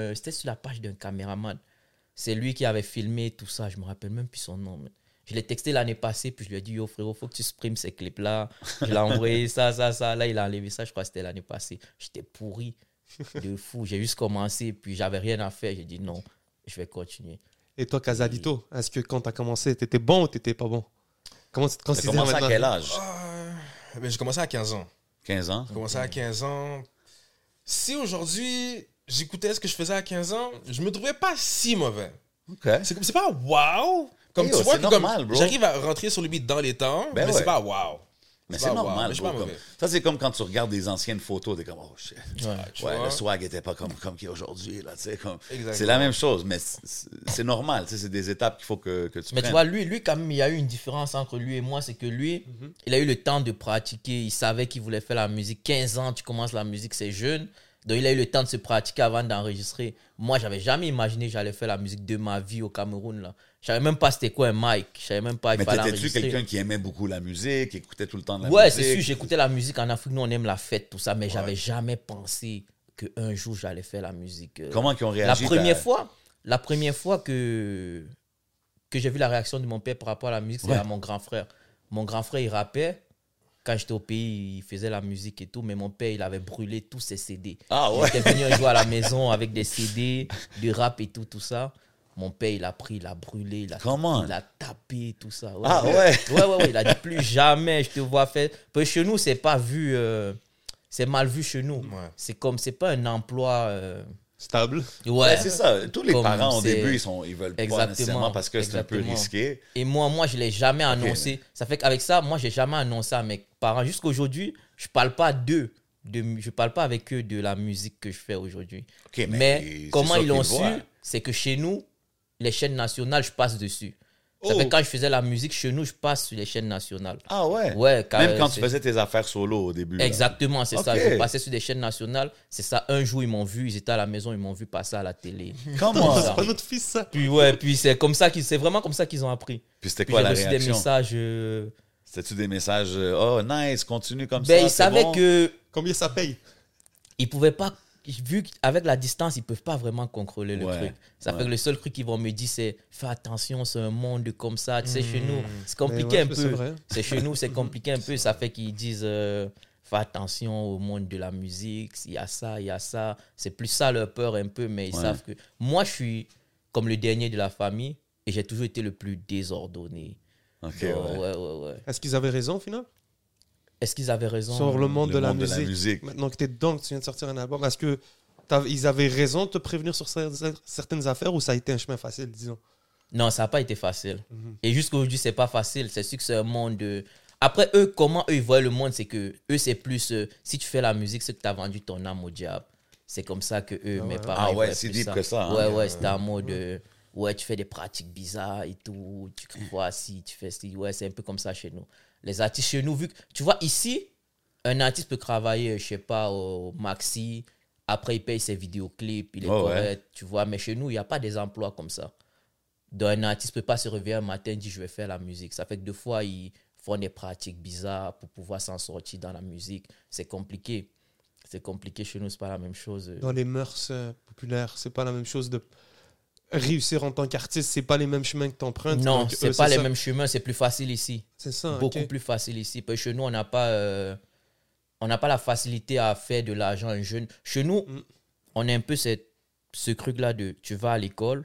d'un caméraman. C'est lui qui avait filmé tout ça. Je me rappelle même plus son nom. Mais je l'ai texté l'année passée, puis je lui ai dit, yo frérot, faut que tu supprimes ces clips-là. Je l'ai envoyé, ça. Là, il a enlevé ça, je crois que c'était l'année passée. J'étais pourri de fou. J'ai juste commencé, puis j'avais rien à faire. J'ai dit non. je vais continuer. Et toi, Casadito, est-ce que quand tu as commencé, tu étais bon ou tu n'étais pas bon? Comment tu te T'as considères commencé à maintenant? quel âge? Ben, j'ai commencé à 15 ans. 15 ans? J'ai commencé à 15 ans. Si aujourd'hui, j'écoutais ce que je faisais à 15 ans, je me trouvais pas si mauvais. OK. C'est pas wow. Comme Yo, tu vois, c'est que comme normal, bro. j'arrive à rentrer sur le beat dans les temps, Ben mais ouais. c'est pas wow. Mais C'est c'est pas wow, normal, mais je suis bro. pas Comme... mauvais. Ça, c'est comme quand tu regardes des anciennes photos, t'es comme, oh shit. Tu Ouais, vois? le swag était pas comme qu'il est aujourd'hui. Là, tu sais, comme... Exactement. C'est la même chose, mais c'est normal. Tu sais, c'est des étapes qu'il faut que tu Mais prennes. tu vois, lui, quand même, il y a eu une différence entre lui et moi. C'est que lui, il a eu le temps de pratiquer. Il savait qu'il voulait faire la musique. 15 ans, tu commences la musique, c'est jeune. Donc, il a eu le temps de se pratiquer avant d'enregistrer. Moi, j'avais jamais imaginé que j'allais faire la musique de ma vie au Cameroun. Là. Je savais même pas c'était quoi un mic. Je savais même pas qu'il Mais fallait t'étais-tu enregistrer. quelqu'un qui aimait beaucoup la musique, qui écoutait tout le temps de la Ouais, musique? c'est sûr, j'écoutais la musique en Afrique. Nous, on aime la fête, tout ça. Mais j'avais jamais pensé qu'un jour, j'allais faire la musique. Comment ils ont réagi? La première fois que j'ai vu la réaction de mon père par rapport à la musique, c'est à mon grand frère. Mon grand frère, il rappait. Quand j'étais au pays, il faisait la musique et tout, mais mon père, il avait brûlé tous ses CD. Ah ouais? Il était venu un jour à la maison avec des CD, de rap et tout ça. Mon père, il a pris, il a brûlé, il a tapé, tout ça. Ouais, Ah ouais? Ouais, il a dit plus jamais je te vois faire. Parce que chez nous, c'est pas vu, c'est mal vu chez nous. Ouais. C'est pas un emploi. Stable. Ouais, c'est ça. Tous les Comme parents, au c'est- début, ils veulent pas Exactement, nécessairement parce que c'est un peu exactement. risqué. Et moi, je ne l'ai jamais annoncé. Ça fait qu'avec ça, moi, je n'ai jamais annoncé à mes parents. Jusqu'à aujourd'hui, je ne parle pas d'eux. Je parle pas avec eux de la musique que je fais aujourd'hui. OK, Mais c'est comment ça ils l'ont qu'ils su, voient. c'est que chez nous, les chaînes nationales, je passe dessus. Ça Oh. fait que quand je faisais la musique chez nous, je passe sur les chaînes nationales. Ah ouais? Ouais, Même quand tu c'est- faisais tes affaires solo au début. là. Exactement, c'est ça. Ok. Je passais sur des chaînes nationales. C'est ça. Un jour, ils m'ont vu, ils étaient à la maison, ils m'ont vu passer à la télé. Comment? Ça. C'est pas notre fils, ça. Puis c'est comme ça c'est vraiment comme ça qu'ils ont appris. Puis c'était Puis quoi j'ai la reçu des réaction? messages. C'était-tu des messages, oh nice, continue comme ça? Ben, ils c'est savaient bon? que Combien ça paye? ils pouvaient pas, vu qu'avec la distance, ils peuvent pas vraiment contrôler le Ouais, truc. Ça ouais. fait que le seul truc qu'ils vont me dire, c'est fais attention, c'est un monde comme ça. Tu sais, chez nous, c'est compliqué Mais ouais, un c'est peu. vrai. C'est chez nous, c'est compliqué un peu. Ça fait qu'ils disent fais attention au monde de la musique. Il y a ça, il y a ça. C'est plus ça leur peur un peu, mais ils Ouais. savent que moi, je suis comme le dernier de la famille et j'ai toujours été le plus désordonné. OK, Donc, ouais. ouais. Est-ce qu'ils avaient raison, au final? Est-ce qu'ils avaient raison? Sur le monde, Le de, la monde de la musique. musique. Maintenant que tu es dedans, que tu viens de sortir un album, est-ce que ils avaient raison de te prévenir sur certaines affaires ou ça a été un chemin facile, disons? Non, ça n'a pas été facile. Et jusqu'à aujourd'hui, c'est pas facile. C'est sûr que c'est un monde de... Après, eux, comment eux, ils voient le monde, c'est que eux, c'est plus... si tu fais la musique, c'est que tu as vendu ton âme au diable. C'est comme ça que eux, mes parents... Ah ils ouais, voient c'est plus deep ça. que ça, hein. Ouais, c'était un mot de... Ouais, tu fais des pratiques bizarres et tout. Tu vois, si tu fais ci. Ouais, c'est un peu comme ça chez nous. Les artistes chez nous, vu que... Tu vois, ici, un artiste peut travailler, je sais pas, au Maxi... Après, il paye ses vidéoclips, il est Oh, ouais. correct, tu vois. Mais chez nous, il n'y a pas des emplois comme ça. Donc, un artiste ne peut pas se réveiller un matin et dire « je vais faire la musique ». Ça fait que des fois, ils font des pratiques bizarres pour pouvoir s'en sortir dans la musique. C'est compliqué. C'est compliqué chez nous, ce n'est pas la même chose. Dans les mœurs populaires, c'est pas la même chose de réussir en tant qu'artiste, c'est pas les mêmes chemins que tu empruntes. Non, Donc, ce n'est eux, pas les ça. mêmes chemins, c'est plus facile ici. C'est ça, Beaucoup ok. plus facile ici. Parce que chez nous, on n'a pas la facilité à faire de l'argent un jeune. Chez nous, on a un peu ce truc-là de tu vas à l'école,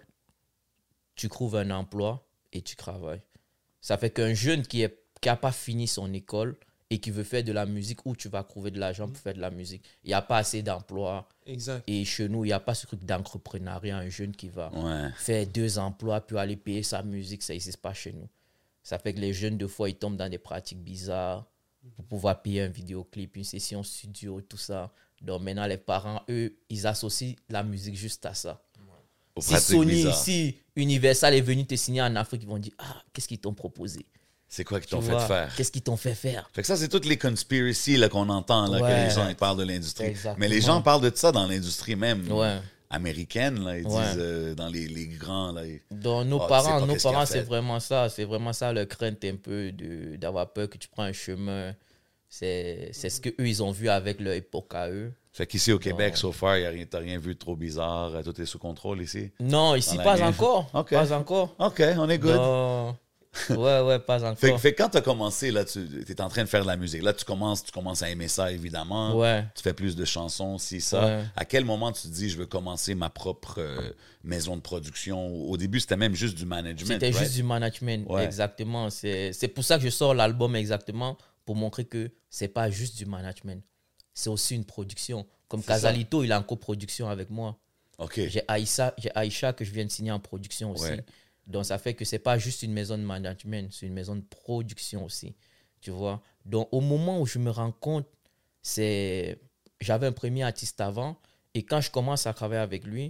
tu trouves un emploi et tu travailles. Ça fait qu'un jeune qui n'a pas fini son école et qui veut faire de la musique, où tu vas trouver de l'argent pour faire de la musique. Il n'y a pas assez d'emplois. Exact. Et chez nous, il n'y a pas ce truc d'entrepreneuriat, un jeune qui va Ouais. faire 2 emplois puis aller payer sa musique, ça n'existe pas chez nous. Ça fait que les jeunes, des fois, ils tombent dans des pratiques bizarres pour pouvoir payer un vidéoclip, une session studio, tout ça. Donc maintenant, les parents, eux, ils associent la musique juste à ça. Aux Si pratiques Sony, bizarres. si Universal est venu te signer en Afrique, ils vont dire « Ah, qu'est-ce qu'ils t'ont proposé ?» C'est quoi qu'ils Tu t'ont fait vois, faire? Qu'est-ce qu'ils t'ont fait faire? Fait que ça, c'est toutes les conspiracies là, qu'on entend, là, Ouais. que les gens ils parlent de l'industrie. Exactement. Mais les gens parlent de ça dans l'industrie même Ouais. américaine. Là, ils Ouais. disent dans les grands. Là, Donc, nos Ah, parents, tu sais pas qu'est-ce qu'il a c'est fait. vraiment ça. C'est vraiment ça leur crainte un peu d'avoir peur que tu prends un chemin. C'est ce qu'eux, ils ont vu avec leur époque à eux. Fait qu'ici au Québec, Non. so far, t'as rien vu de trop bizarre. Tout est sous contrôle ici. Non, ici, Dans la pas game. encore. Ok. Pas encore. OK, on est good. Donc, Ouais, pas encore. Fait que quand tu as commencé, là, tu es en train de faire de la musique. Là, tu commences à aimer ça, évidemment. Ouais. Tu fais plus de chansons, ça. Ouais. À quel moment tu te dis, je veux commencer ma propre maison de production? Au début, c'était même juste du management. C'était right? juste du management, Ouais. exactement. C'est pour ça que je sors l'album exactement, pour montrer que c'est pas juste du management. C'est aussi une production. Comme Casalito, il est en coproduction avec moi. OK. J'ai Aïcha que je viens de signer en production aussi. Ouais. Donc, ça fait que c'est pas juste une maison de management, c'est une maison de production aussi. Tu vois? Donc, au moment où je me rends compte, j'avais un premier artiste avant, et quand je commence à travailler avec lui,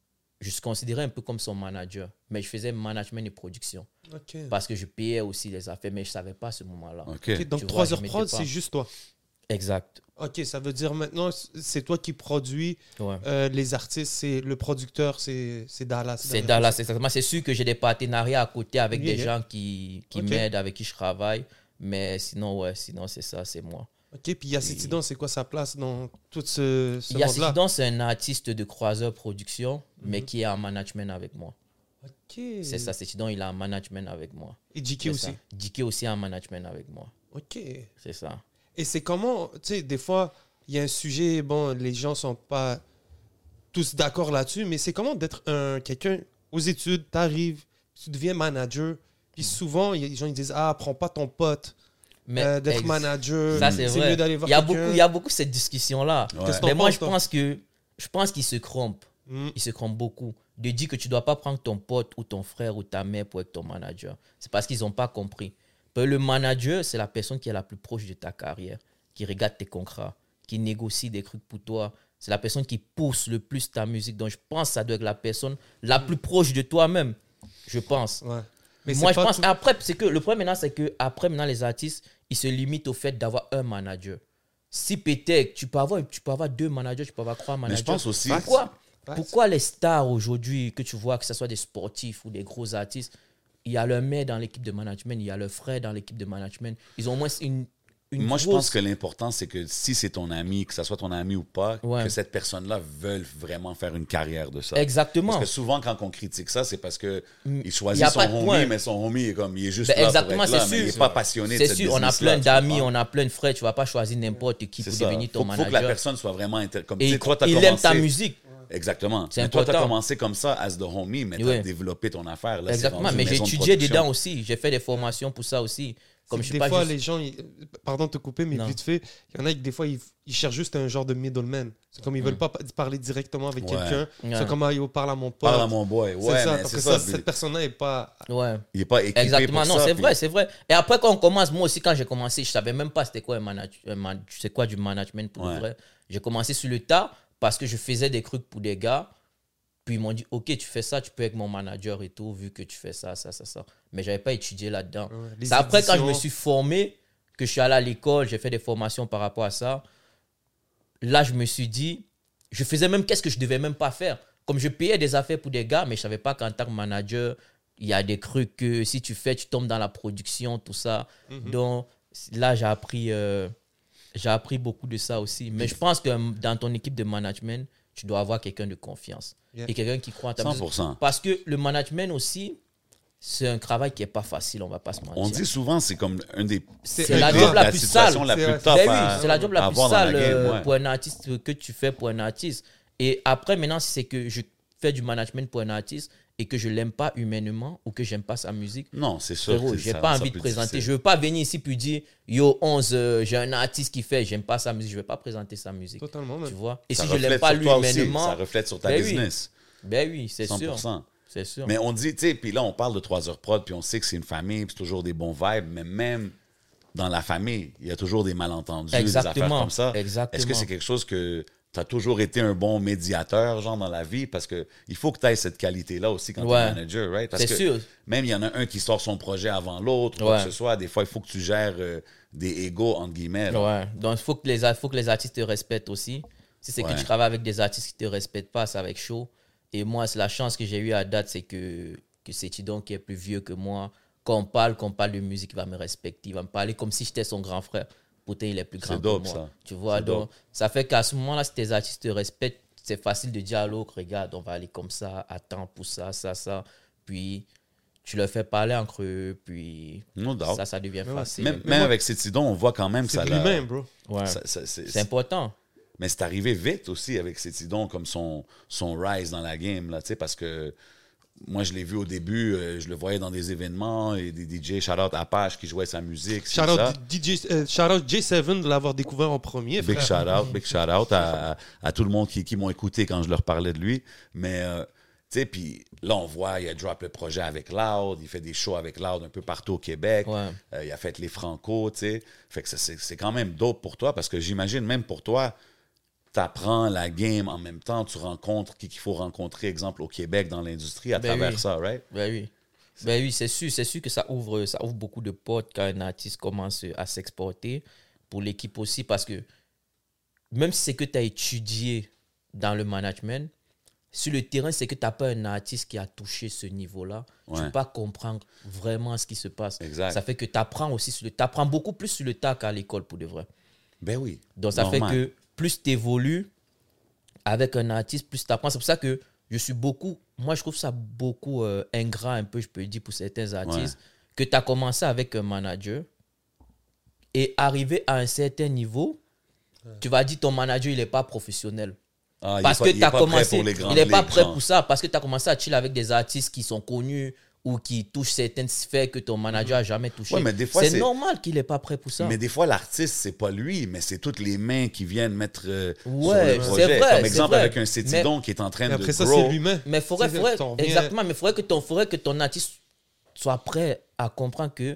je se considérais un peu comme son manager. Mais je faisais management et production. Ok. Parce que je payais aussi les affaires, mais je savais pas à ce moment-là. OK. Ok, donc Tu 3 vois, heures je prod, m'étais pas- c'est juste toi. Exact. Ok, ça veut dire maintenant, c'est toi qui produis Ouais. les artistes, c'est le producteur, c'est Dallas. C'est derrière Dallas, ça. exactement. C'est sûr que j'ai des partenariats à côté avec Yeah, des yeah. gens qui Ok. m'aident, avec qui je travaille. Mais sinon, c'est ça, c'est moi. Ok, puis Yacetidon, c'est quoi sa place dans tout ce monde-là? Yacetidon, c'est un artiste de croiseur production, mais Mhm. qui est en management avec moi. Ok. C'est ça, Yacetidon, il est en management avec moi. Et JK C'est aussi. ça. Diki aussi en management avec moi. Ok. C'est ça. Et c'est comment, tu sais, des fois, il y a un sujet, bon, les gens sont pas tous d'accord là-dessus, mais c'est comment d'être quelqu'un aux études, t'arrives, tu deviens manager, puis souvent, les gens ils disent, ah, prends pas ton pote Mais d'être manager, ça, c'est vrai. mieux d'aller voir Il y a quelqu'un. beaucoup, il y a beaucoup cette discussion-là. Ouais. Qu'est-ce que t'en Mais moi, penses, toi? je pense qu'ils se trompent. Hmm. Ils se trompent beaucoup. De dire que tu ne dois pas prendre ton pote ou ton frère ou ta mère pour être ton manager. C'est parce qu'ils n'ont pas compris. Parce que le manager, c'est la personne qui est la plus proche de ta carrière, qui regarde tes contrats, qui négocie des trucs pour toi. C'est la personne qui pousse le plus ta musique. Donc, je pense que ça doit être la personne la plus proche de toi-même. Je pense. Ouais. Mais Moi, c'est je pas pense. tout- Après, c'est que le problème maintenant, c'est que après, maintenant, les artistes, ils se limitent au fait d'avoir un manager. Si peut-être tu peux avoir 2 managers, tu peux avoir 3 managers. Mais je pense aussi... Pourquoi les stars aujourd'hui, que tu vois, que ce soit des sportifs ou des gros artistes, il y a leur mère dans l'équipe de management, il y a leur frère dans l'équipe de management. Ils ont au moins une Moi, je grosse- pense que l'important, c'est que si c'est ton ami, que ce soit ton ami ou pas, Ouais. que cette personne-là veuille vraiment faire une carrière de ça. Exactement. Parce que souvent, quand on critique ça, c'est parce que il y choisit a son pas de homie, point. mais son homie est comme, il est juste Ben, là exactement, pour être là, c'est mais il sûr. n'est pas passionné de C'est cette sûr, on a business-là, plein tu d'amis, comprends? on a plein de frères. Tu ne vas pas choisir n'importe qui C'est pour ça. devenir ton Faut que manager. la personne soit vraiment comme tu Et sais, toi, t'as il commencé... aime ta musique. Exactement. C'est Mais toi, tu as important. commencé comme ça, as the homie, mais tu as Ouais. développé ton affaire. Là, c'est Exactement. rendu Mais une j'ai maison de étudié production. dedans aussi. J'ai fait des formations pour ça aussi. Comme je c'est suis que pas des fois, juste- les gens, pardon de te couper, mais Non. vite fait, il y en a qui, des fois, ils cherchent juste un genre de middleman. C'est comme ils veulent pas parler directement avec Ouais. quelqu'un. Ouais. C'est comme, ah, yo, parle à mon pote. Parle à mon boy. C'est Ouais, ça, mais parce c'est que ça. cette personne-là n'est pas... Ouais. Il n'est pas équipé Exactement, pour non, ça. c'est puis- vrai, c'est vrai. Et après, quand on commence, moi aussi, quand j'ai commencé, je savais même pas c'était quoi c'est quoi du management pour Ouais. le vrai. J'ai commencé sur le tas parce que je faisais des trucs pour des gars. Puis ils m'ont dit, OK, tu fais ça, tu peux être mon manager et tout, vu que tu fais ça. Mais j'avais pas étudié là-dedans. Ouais, les C'est après, quand je me éditions. suis formé, que je suis allé à l'école, j'ai fait des formations par rapport à ça. Là, je me suis dit, je faisais même qu'est-ce que je devais même pas faire. Comme je payais des affaires pour des gars, mais je savais pas qu'en tant que manager, il y a des trucs que si tu fais, tu tombes dans la production, tout ça. Donc là, j'ai appris beaucoup de ça aussi. Mais je pense que dans ton équipe de management, tu dois avoir quelqu'un de confiance. Yeah. Et quelqu'un qui croit en ta musique. 100%. Parce que le management aussi, c'est un travail qui n'est pas facile, on va pas se mentir. On dit souvent, c'est comme un des... C'est la job la plus situation sale. la plus C'est- tough Ben oui, à- c'est la job la à plus avoir dans la sale game, ouais. pour un artiste que tu fais pour un artiste. Et après, maintenant, si c'est que je fais du management pour un artiste et que je l'aime pas humainement ou que j'aime pas sa musique, Non, c'est sûr. frérot, que j'ai ça pas rend ça envie de plus présenter. difficile. Je veux pas venir ici puis dire yo 11, j'ai un artiste qui fait, j'aime pas sa musique, je vais pas présenter sa musique. Totalement, Tu même. vois. Et Ça si je l'aime reflète pas sur lui toi aussi, humainement, ça reflète sur ta ben oui. business. ben oui, c'est sûr, 100%. c'est sûr. Mais on dit, tu sais, puis là, on parle de 3 heures prod, puis on sait que c'est une famille, puis c'est toujours des bons vibes, mais même dans la famille, il y a toujours des malentendus, des affaires Exactement, comme ça. exactement. Est-ce que c'est quelque chose que tu as toujours été un bon médiateur, genre, dans la vie? Parce que il faut que tu aies cette qualité-là aussi quand tu es Ouais. manager, right? Parce C'est que sûr. même il y en a un qui sort son projet avant l'autre, quoi Ouais. que ce soit, des fois, il faut que tu gères des égos, entre guillemets. là. Ouais. Donc, il faut que les artistes te respectent aussi. Si c'est Ouais. que tu travailles avec des artistes qui ne te respectent pas, c'est avec chaud. Et moi, c'est la chance que j'ai eue à date, c'est que c'est Tidon qui est plus vieux que moi. Quand on parle de musique, il va me respecter. Il va me parler comme si j'étais son grand frère. Pourtant, il est plus grand C'est dope, que moi. ça. Tu vois, C'est donc, dope. ça fait qu'à ce moment-là, si tes artistes te respectent, c'est facile de dire à l'autre, regarde, on va aller comme ça, attends pour ça. Puis, tu leur fais parler entre eux, puis No doubt. ça devient Ouais, facile. Même moi- avec Cétidon, on voit quand même que C'est ça de l'a... l'humain, bro. Ouais. C'est important. Mais c'est arrivé vite aussi avec Cétidon, comme son rise dans la game, là, tu sais, parce que moi, je l'ai vu au début, je le voyais dans des événements, et des DJ, shout-out Apache, qui jouait sa musique, c'est Shout-out ça. shout-out J7 de l'avoir découvert en premier, Big frère. shout out à tout le monde qui m'ont écouté quand je leur parlais de lui. Mais, tu sais, puis là, on voit, il a drop le projet avec Loud, il fait des shows avec Loud un peu partout au Québec. Ouais. Il a fait les Franco, tu sais. Fait que c'est quand même dope pour toi, parce que j'imagine, même pour toi, t'apprends la game en même temps, tu rencontres qui qu'il faut rencontrer, exemple, au Québec, dans l'industrie, à Ben travers oui. ça, right? Ben oui, c'est sûr que ça ouvre beaucoup de portes quand un artiste commence à s'exporter, pour l'équipe aussi, parce que même si c'est que tu as étudié dans le management, sur le terrain, c'est que tu n'as pas un artiste qui a touché ce niveau-là. Tu ne Ouais. peux pas comprendre vraiment ce qui se passe. Exact. Ça fait que tu apprends aussi t'apprends beaucoup plus sur le tas qu'à l'école, pour de vrai. Ben oui. Donc, ça Normal. fait que plus tu évolues avec un artiste, plus tu apprends. C'est pour ça que moi, je trouve ça beaucoup ingrat, un peu, je peux dire, pour certains artistes, que tu as commencé avec un manager et arrivé à un certain niveau, tu vas dire ton manager, il n'est pas professionnel. Ah, il Parce est pas- que il est tu as pas prêt commencé, pour les grandes il n'est pas ligues, prêt genre. pour ça, parce que tu as commencé à chiller avec des artistes qui sont connus ou qui touchent certaines sphères que ton manager n'a jamais touchées. Ouais, mais des fois, c'est c'est- normal qu'il n'est pas prêt pour ça. Mais des fois, l'artiste, c'est pas lui, mais c'est toutes les mains qui viennent mettre sur Ouais, le c'est projet. vrai, Comme c'est exemple vrai. avec un Cétidon qui est en train Mais de après ça, grow. c'est l'humain. Mais faudrait t'en reviens- exactement, mais faudrait que ton artiste soit prêt à comprendre que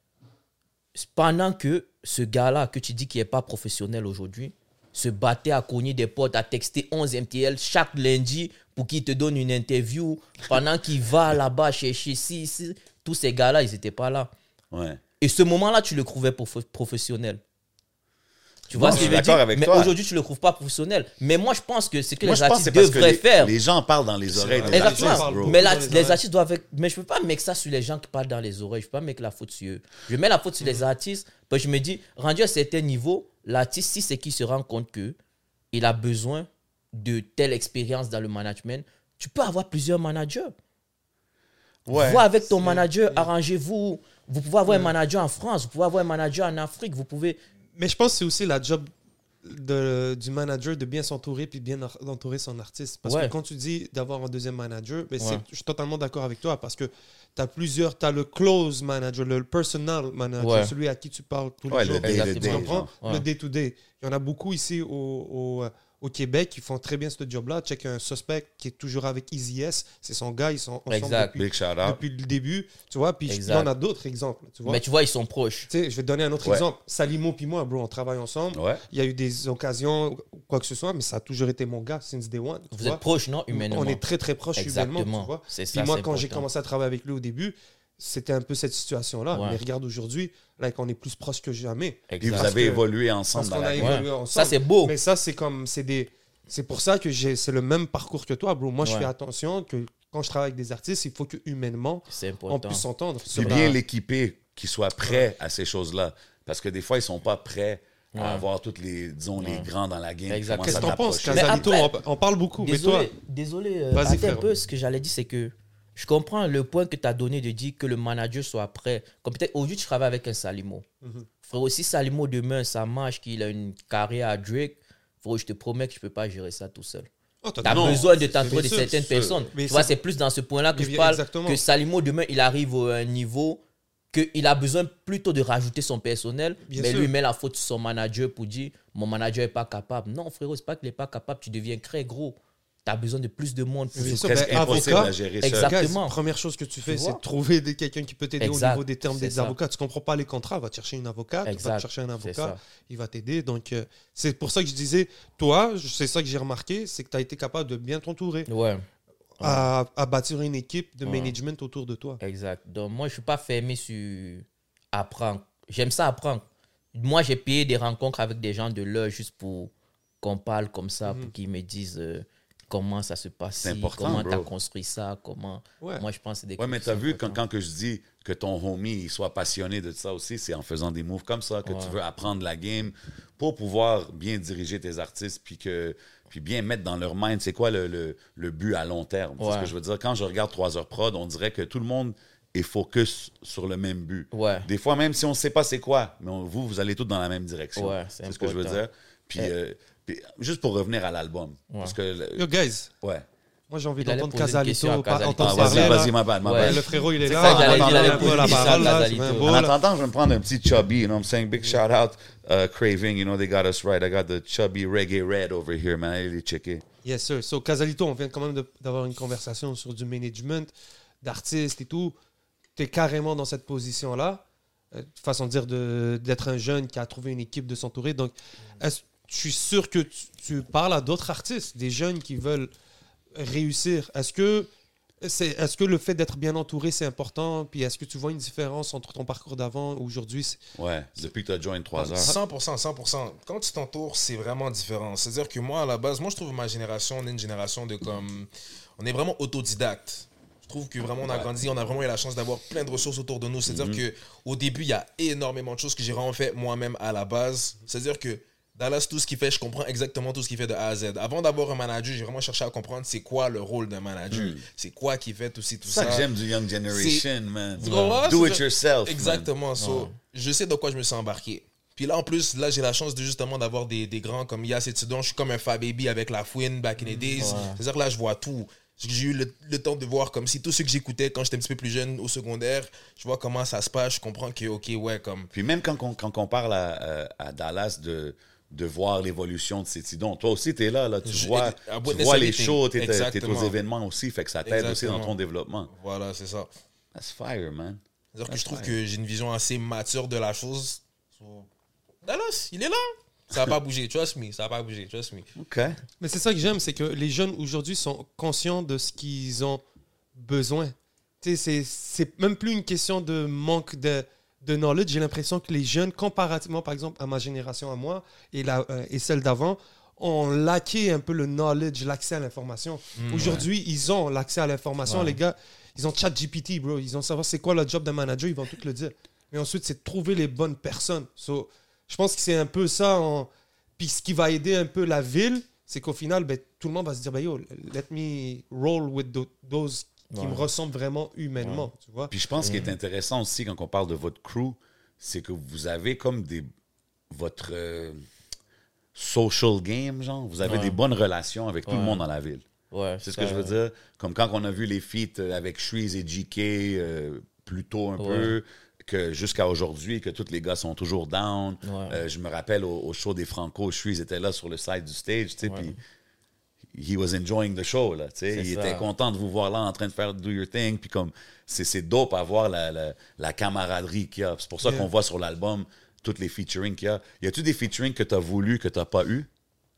pendant que ce gars-là que tu dis qui est pas professionnel aujourd'hui se battait à cogner des portes, à texter 11 MTL chaque lundi pour qu'il te donne une interview pendant qu'il va là-bas chercher si tous ces gars-là, ils étaient pas là. Ouais. Et ce moment-là, tu le trouvais professionnel. Tu Moi, vois ce je que suis je veux d'accord dire? avec Mais toi. aujourd'hui, tu le trouves pas professionnel. Mais moi, je pense que c'est que Moi, les je pense que artistes c'est parce que devraient faire. les gens parlent dans les oreilles des Exactement. artistes, Exactement. bro. Mais Beaucoup dans les les oreilles. artistes doivent être... Mais je peux pas mettre ça sur les gens qui parlent dans les oreilles. Je peux pas mettre la faute sur eux. Je mets la faute sur les artistes. Parce que je me dis, rendu à un certain niveau, l'artiste, si c'est qu'il se rend compte que il a besoin de telle expérience dans le management, tu peux avoir plusieurs managers. Ouais. Vois avec ton manager, arrangez-vous. Vous pouvez avoir un manager en France, vous pouvez avoir un manager en Afrique, vous pouvez... Mais je pense que c'est aussi la job du manager de bien s'entourer puis bien d'entourer son artiste. Parce Ouais. que quand tu dis d'avoir un deuxième manager, ben Ouais. je suis totalement d'accord avec toi parce que tu as le close manager, le personal manager, Ouais. celui à qui tu parles tous les Ouais, jours. le day-to-day, Exactement. Tu comprends? genre. Ouais. Le day-to-day. Il y en a beaucoup ici au Québec qui font très bien ce job-là. Check un suspect qui est toujours avec Easy S. C'est son gars, ils sont ensemble Exact. Big shout out. depuis le début. Tu vois, puis il y Exact. en a d'autres exemples. Tu vois? Mais tu vois, ils sont proches. Tu sais, je vais te donner un autre Ouais. exemple. Salimo puis moi, bro, on travaille ensemble. Ouais. Il y a eu des occasions, quoi que ce soit, mais ça a toujours été mon gars since day one. tu Vous vois. êtes proches, non, humainement? On est très, très proches humainement, Exactement. tu vois. C'est Puis ça, moi, c'est quand j'ai important. commencé à travailler avec lui au début, c'était un peu cette situation-là. Ouais. Mais regarde aujourd'hui, là, on est plus proches que jamais. Puis vous Exact. avez que- évolué ensemble Parce dans qu'on la a game. évolué Ouais. ensemble. Ça, c'est beau. Mais ça, c'est pour ça que c'est le même parcours que toi, bro. Moi, je Ouais. fais attention que quand je travaille avec des artistes, il faut que humainement, C'est on important. puisse s'entendre. Puis Sur bien la- l'équiper, qu'il soit prêt à ces choses-là. Parce que des fois, ils sont pas prêts Ouais. à avoir tous les, disons, les grands dans la game. qui Exact. commencent Qu'est-ce à que t'en penses, t'approcher. Mais Casabito? après- On parle beaucoup, mais toi... Désolé, Vas-y, attends un frère. peu. Ce que j'allais dire, c'est que je comprends le point que tu as donné de dire que le manager soit prêt. Comme peut-être aujourd'hui, tu travailles avec un Salimo. Mhm. Frérot, si Salimo demain, ça marche, qu'il a une carrière à Drake, frérot, je te promets que je peux pas gérer ça tout seul. Oh, Tu as non, besoin de c'est t'entourer de bien sûr, certaines c'est- personnes. mais Tu vois, c'est- c'est plus dans ce point-là que Mais je bien, parle. exactement. Que Salimo, demain, il arrive à un niveau qu'il a besoin plutôt de rajouter son personnel. Bien mais sûr. lui, il met la faute sur son manager pour dire mon manager n'est pas capable. Non, frérot, c'est pas qu'il n'est pas capable. Tu deviens très gros. Tu as besoin de plus de monde. pour Bien C'est sûr, presque ben, impossible avocat, à gérer ça. Exact. Guys, Exactement. première chose que tu fais, Tu c'est vois? de trouver quelqu'un qui peut t'aider au Exact. niveau des termes C'est des ça. avocats. Tu comprends pas les contrats, va te chercher une avocate, va Exact. te chercher un C'est avocat, ça. il va t'aider. Donc, c'est pour ça que je disais, toi, c'est ça que j'ai remarqué, c'est que tu as été capable de bien t'entourer, Ouais. à bâtir une équipe de Ouais. management autour de toi. Exact. Donc, moi, je ne suis pas fermé sur apprendre. J'aime ça apprendre. Moi, j'ai payé des rencontres avec des gens de l'heure juste pour qu'on parle comme ça, pour qu'ils me disent comment ça se passe, C'est important, comment tu as bro. construit ça, comment... Ouais. Moi, je pense que c'est des Ouais, mais trucs t'as vu, importants. quand que je dis que ton homie il soit passionné de ça aussi, c'est en faisant des moves comme ça que tu veux apprendre la game pour pouvoir bien diriger tes artistes puis bien mettre dans leur mind c'est quoi le but à long terme. C'est ce Ouais. que je veux dire. Quand je regarde 3 heures prod, on dirait que tout le monde et focus sur le même but. Ouais. Des fois, même si on ne sait pas c'est quoi, mais vous allez tous dans la même direction. Ouais, c'est ce que je veux important. dire. Puis, juste pour revenir à l'album. Ouais. Parce que, Yo, guys, ouais. moi j'ai envie Il allait d'entendre poser une question Casalito à Casalito. entendre Vas-y, parler. là. vas-y, ma bad, ma Ouais. bad. Le frérot, il est C'est là. ça que j'allais dire, on il allait entend un peu poser la une question à parole, là, Casalito. c'est un En beau, là. attendant, je vais me prendre un petit chubby, you know what I'm saying? Big shout out, Craving, you know, they got us right. I got the chubby reggae red over here, man. Allez les checker. Yes, sir. So, Casalito, on vient quand même d'avoir une conversation sur du management, d'artistes et tout. Tu es carrément dans cette position-là. Façon de dire d'être un jeune qui a trouvé une équipe de s'entourer. Donc, je suis sûr que tu parles à d'autres artistes, des jeunes qui veulent réussir. Est-ce que le fait d'être bien entouré, c'est important? Puis est-ce que tu vois une différence entre ton parcours d'avant et aujourd'hui? Ouais, depuis que tu as joint 3 heures. 100%, 100%. Quand tu t'entoures, c'est vraiment différent. C'est-à-dire que moi, à la base, je trouve ma génération, on est une génération de comme... On est vraiment autodidacte. Je trouve que vraiment, on a grandi, on a vraiment eu la chance d'avoir plein de ressources autour de nous. C'est-à-dire qu'au début, il y a énormément de choses que j'ai vraiment fait moi-même à la base. C'est-à-dire que Dallas, tout ce qu'il fait, je comprends exactement tout ce qu'il fait de A à Z. Avant d'avoir un manager, j'ai vraiment cherché à comprendre c'est quoi le rôle d'un manager. C'est quoi qu'il fait, tout ça. C'est ça que j'aime du Young Generation, man. Tu comprends? Do C'est it yourself. Exactement. Man. So, je sais de quoi je me suis embarqué. Puis là, en plus, là, j'ai la chance de justement d'avoir des grands comme Yas et Tidon. Je suis comme un Fab Baby avec La Fouine back in the days. C'est-à-dire que là, je vois tout. J'ai eu le temps de voir comme si tout ce que j'écoutais quand j'étais un petit peu plus jeune au secondaire, je vois comment ça se passe, je comprends que, ok, ouais, comme... Puis même quand on parle à Dallas de voir l'évolution de ces tidons, toi aussi, tu es là, tu vois les shows, tu es aux événements aussi, fait que ça t'aide aussi dans ton développement. Voilà, c'est ça. That's fire, man. C'est-à-dire que je trouve que j'ai une vision assez mature de la chose. So, Dallas, il est là. Ça va pas bouger, trust me, ça va pas bouger, trust me. OK. Mais c'est ça que j'aime, c'est que les jeunes aujourd'hui sont conscients de ce qu'ils ont besoin. Tu sais, c'est même plus une question de manque de knowledge. J'ai l'impression que les jeunes, comparativement par exemple à ma génération, à moi, et celle d'avant, ont laqué un peu le knowledge, l'accès à l'information. Aujourd'hui, ils ont l'accès à l'information. Les gars, ils ont ChatGPT, bro. Ils ont savoir c'est quoi le job d'un manager, ils vont tout le dire. Mais ensuite, c'est de trouver les bonnes personnes. So, je pense que c'est un peu ça. Puis ce qui va aider un peu la ville, c'est qu'au final, ben, tout le monde va se dire, ben, yo, let me roll with those qui me ressemblent vraiment humainement. Tu vois? Puis je pense qu'il est intéressant aussi quand on parle de votre crew, c'est que vous avez comme votre social game, genre. Vous avez des bonnes relations avec tout le monde dans la ville. Ouais, C'est ce que je veux dire. Comme quand on a vu les feats avec Shreeze et GK plus tôt un peu, que jusqu'à aujourd'hui, que tous les gars sont toujours down. Je me rappelle au show des Franco, Shreeze était là sur le side du stage, tu sais, puis he was enjoying the show, là, tu sais. Il était content de vous voir là en train de faire Do Your Thing, puis comme, c'est dope à voir la camaraderie qu'il y a. C'est pour ça qu'on voit sur l'album toutes les featuring qu'il y a. Y a-tu des featuring que tu as voulu, que tu n'as pas eu?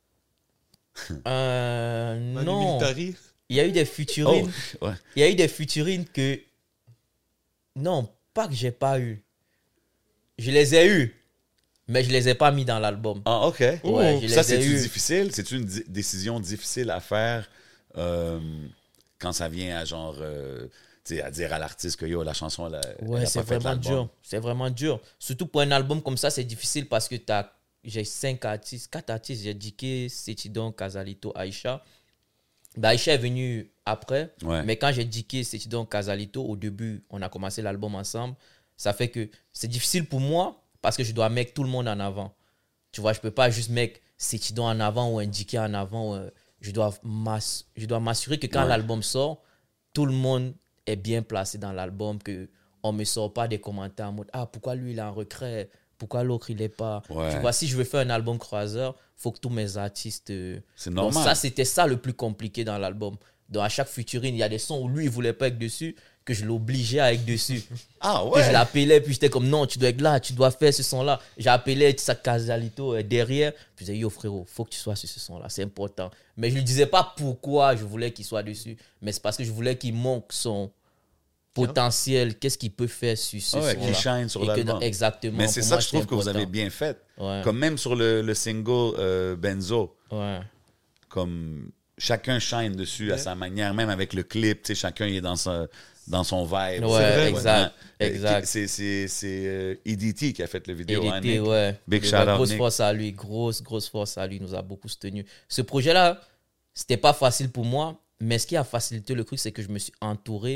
Non. Militari. Il y a eu des featuring. Oh, ouais. Il y a eu des featuring que... Non, pas que j'ai pas eu. Je les ai eus, mais je les ai pas mis dans l'album. Ah, OK. Ouais, je Ça, les ai c'est-tu eus. difficile? C'est-tu une décision difficile à faire quand ça vient à genre... tu sais, à dire à l'artiste que yo, la chanson, Ouais, c'est vraiment dur. C'est vraiment dur. Surtout pour un album comme ça, c'est difficile parce que j'ai 4 artistes. J'ai Diké, Setidon, Casalito, Aïcha. Ben, Aïcha est venue après. Mais quand j'ai Diké, Setidon, Casalito, au début, on a commencé l'album ensemble. Ça fait que c'est difficile pour moi parce que je dois mettre tout le monde en avant. Tu vois, je peux pas juste mettre Setidon en avant ou un Diké en avant. Je dois m'assurer que quand l'album sort, tout le monde est bien placé dans l'album, qu'on ne me sort pas des commentaires en mode « Ah, pourquoi lui, il est en retrait? Pourquoi l'autre, il n'est pas... » Tu vois, si je veux faire un album croiseur, il faut que tous mes artistes... C'est normal. Donc ça, c'était ça le plus compliqué dans l'album. Donc à chaque featuring, il y a des sons où lui, il ne voulait pas être dessus, que je l'obligeais à être dessus. Ah ouais? Que je l'appelais, puis j'étais comme « Non, tu dois être là, tu dois faire ce son-là. » J'appelais sa Casalito derrière, puis je disais « Yo frérot, faut que tu sois sur ce son-là, c'est important. » Mais je ne lui disais pas pourquoi je voulais qu'il soit dessus, mais c'est parce que je voulais qu'il montre son potentiel, qu'est-ce qu'il peut faire sur ce son-là. Qui shine sur l'album. Exactement. Mais c'est ça que je trouve que vous avez bien fait. Comme même sur le single Benzo. Comme chacun shine dessus à sa manière, même avec le clip, tu sais, chacun est dans son vibe. Ouais, exact. C'est EDT qui a fait le vidéo. EDT, ouais. Big shout out, grosse Nick. force à lui, grosse force à lui, il nous a beaucoup soutenu. Ce projet-là, c'était pas facile pour moi, mais ce qui a facilité le truc, c'est que je me suis entouré